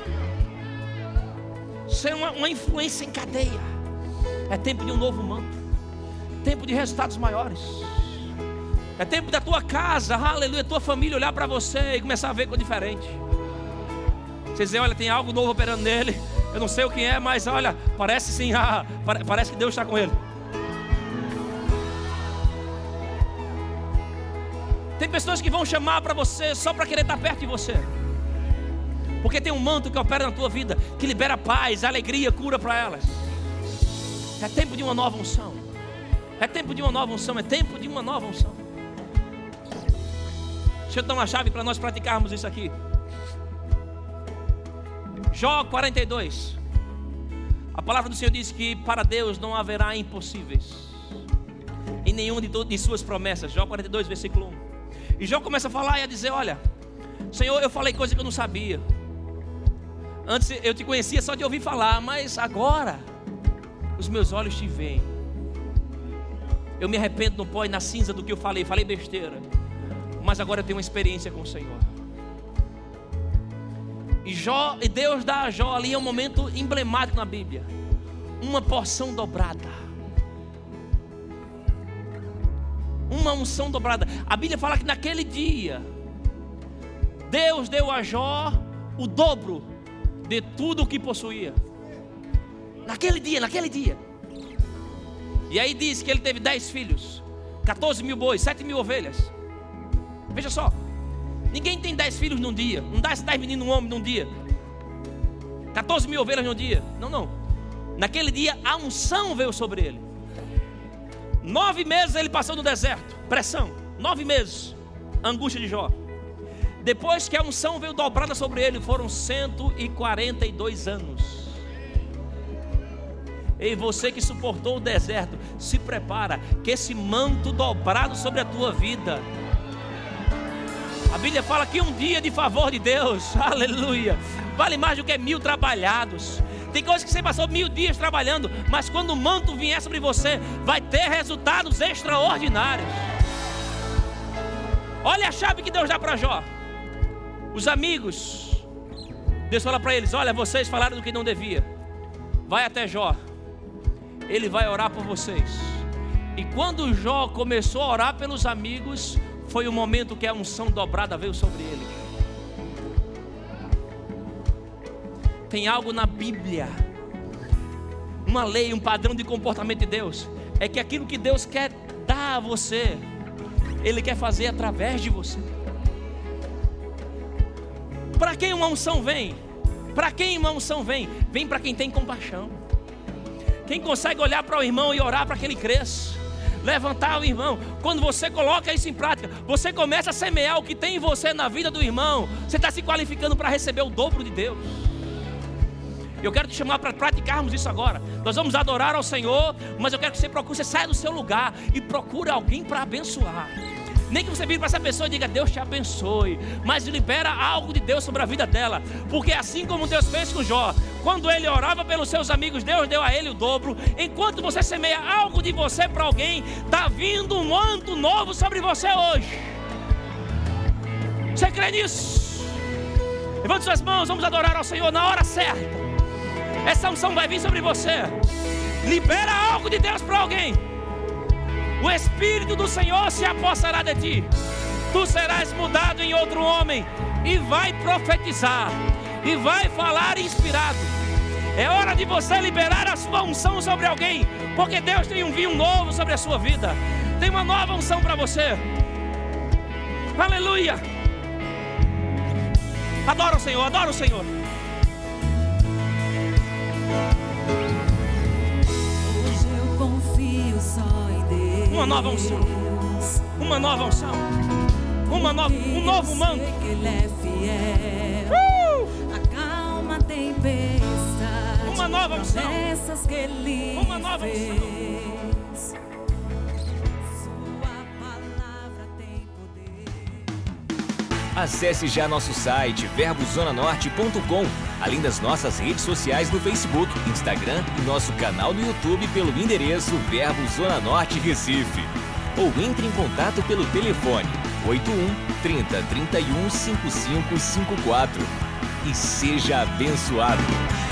Ser uma, uma influência em cadeia. É tempo de um novo manto. Tempo de resultados maiores. É tempo da tua casa, aleluia, tua família olhar para você e começar a ver coisa diferente. Você dizer, olha, tem algo novo operando nele. Eu não sei o que é, mas olha, parece sim, ah, parece que Deus está com ele. Tem pessoas que vão chamar para você só para querer estar perto de você, porque tem um manto que opera na tua vida, que libera paz, alegria, cura para elas. É tempo de uma nova unção. É tempo de uma nova unção. É tempo de uma nova unção. Deixa eu dar uma chave para nós praticarmos isso aqui. Jó quarenta e dois. A palavra do Senhor diz que para Deus não haverá impossíveis em nenhuma de, de suas promessas. Jó quarenta e dois, versículo um. E Jó começa a falar e a dizer, olha, Senhor, eu falei coisa que eu não sabia. Antes eu te conhecia só de ouvir falar, mas agora os meus olhos te veem. Eu me arrependo no pó e na cinza do que eu falei. Falei besteira, mas agora eu tenho uma experiência com o Senhor. E, Jó, e Deus dá a Jó ali, é um momento emblemático na Bíblia. Uma porção dobrada. Uma unção dobrada. A Bíblia fala que naquele dia Deus deu a Jó o dobro de tudo o que possuía. Naquele dia, naquele dia. E aí diz que ele teve dez filhos, quatorze mil bois, sete mil ovelhas. Veja só, ninguém tem dez filhos num dia. Não dá dez meninos, um homem num dia. quatorze mil ovelhas num dia. Não, não. Naquele dia a unção veio sobre ele. Nove meses ele passou no deserto, pressão. Nove meses, angústia de Jó. Depois que a unção veio dobrada sobre ele, foram cento e quarenta e dois anos. Ei, você que suportou o deserto, se prepara, que esse manto dobrado sobre a tua vida. A Bíblia fala que um dia de favor de Deus, aleluia, vale mais do que mil trabalhados. Tem coisas que você passou mil dias trabalhando, mas quando o manto vier sobre você, vai ter resultados extraordinários. Olha a chave que Deus dá para Jó. Os amigos, Deus fala para eles: olha, vocês falaram do que não devia. Vai até Jó, ele vai orar por vocês. E quando Jó começou a orar pelos amigos, foi o momento que a unção dobrada veio sobre ele. Tem algo na Bíblia, uma lei, um padrão de comportamento de Deus, é que aquilo que Deus quer dar a você, Ele quer fazer através de você. Para quem uma unção vem? Para quem uma unção vem? Vem para quem tem compaixão. Quem consegue olhar para o irmão e orar para que ele cresça, levantar o irmão. Quando você coloca isso em prática, você começa a semear o que tem em você na vida do irmão. Você está se qualificando para receber o dobro de Deus. Eu quero te chamar para praticarmos isso agora. Nós vamos adorar ao Senhor, mas eu quero que você procure, você saia do seu lugar e procure alguém para abençoar. Nem que você vire para essa pessoa e diga: Deus te abençoe, mas libera algo de Deus sobre a vida dela. Porque assim como Deus fez com Jó, quando ele orava pelos seus amigos, Deus deu a ele o dobro. Enquanto você semeia algo de você para alguém, está vindo um manto novo sobre você hoje. Você crê nisso? Levante suas mãos, vamos adorar ao Senhor na hora certa. Essa unção vai vir sobre você. Libera algo de Deus para alguém. O Espírito do Senhor se apossará de ti. Tu serás mudado em outro homem. E vai profetizar. E vai falar inspirado. É hora de você liberar a sua unção sobre alguém. Porque Deus tem um vinho novo sobre a sua vida. Tem uma nova unção para você. Aleluia. Adora o Senhor, adora o Senhor. Hoje eu confio só em Deus. Uma nova unção. Uma nova unção. Uma nova, um novo manto. Que Ele é fiel. Uh! Acalma a tempestade. Uma nova unção. Que Ele Uma nova unção. fez. Sua palavra tem poder. Acesse já nosso site verbo zona norte ponto com, além das nossas redes sociais no Facebook, Instagram e nosso canal no YouTube pelo endereço Verbo Zona Norte Recife. Ou entre em contato pelo telefone oito um, trinta, trinta e um, cinquenta e cinco cinquenta e quatro. E seja abençoado.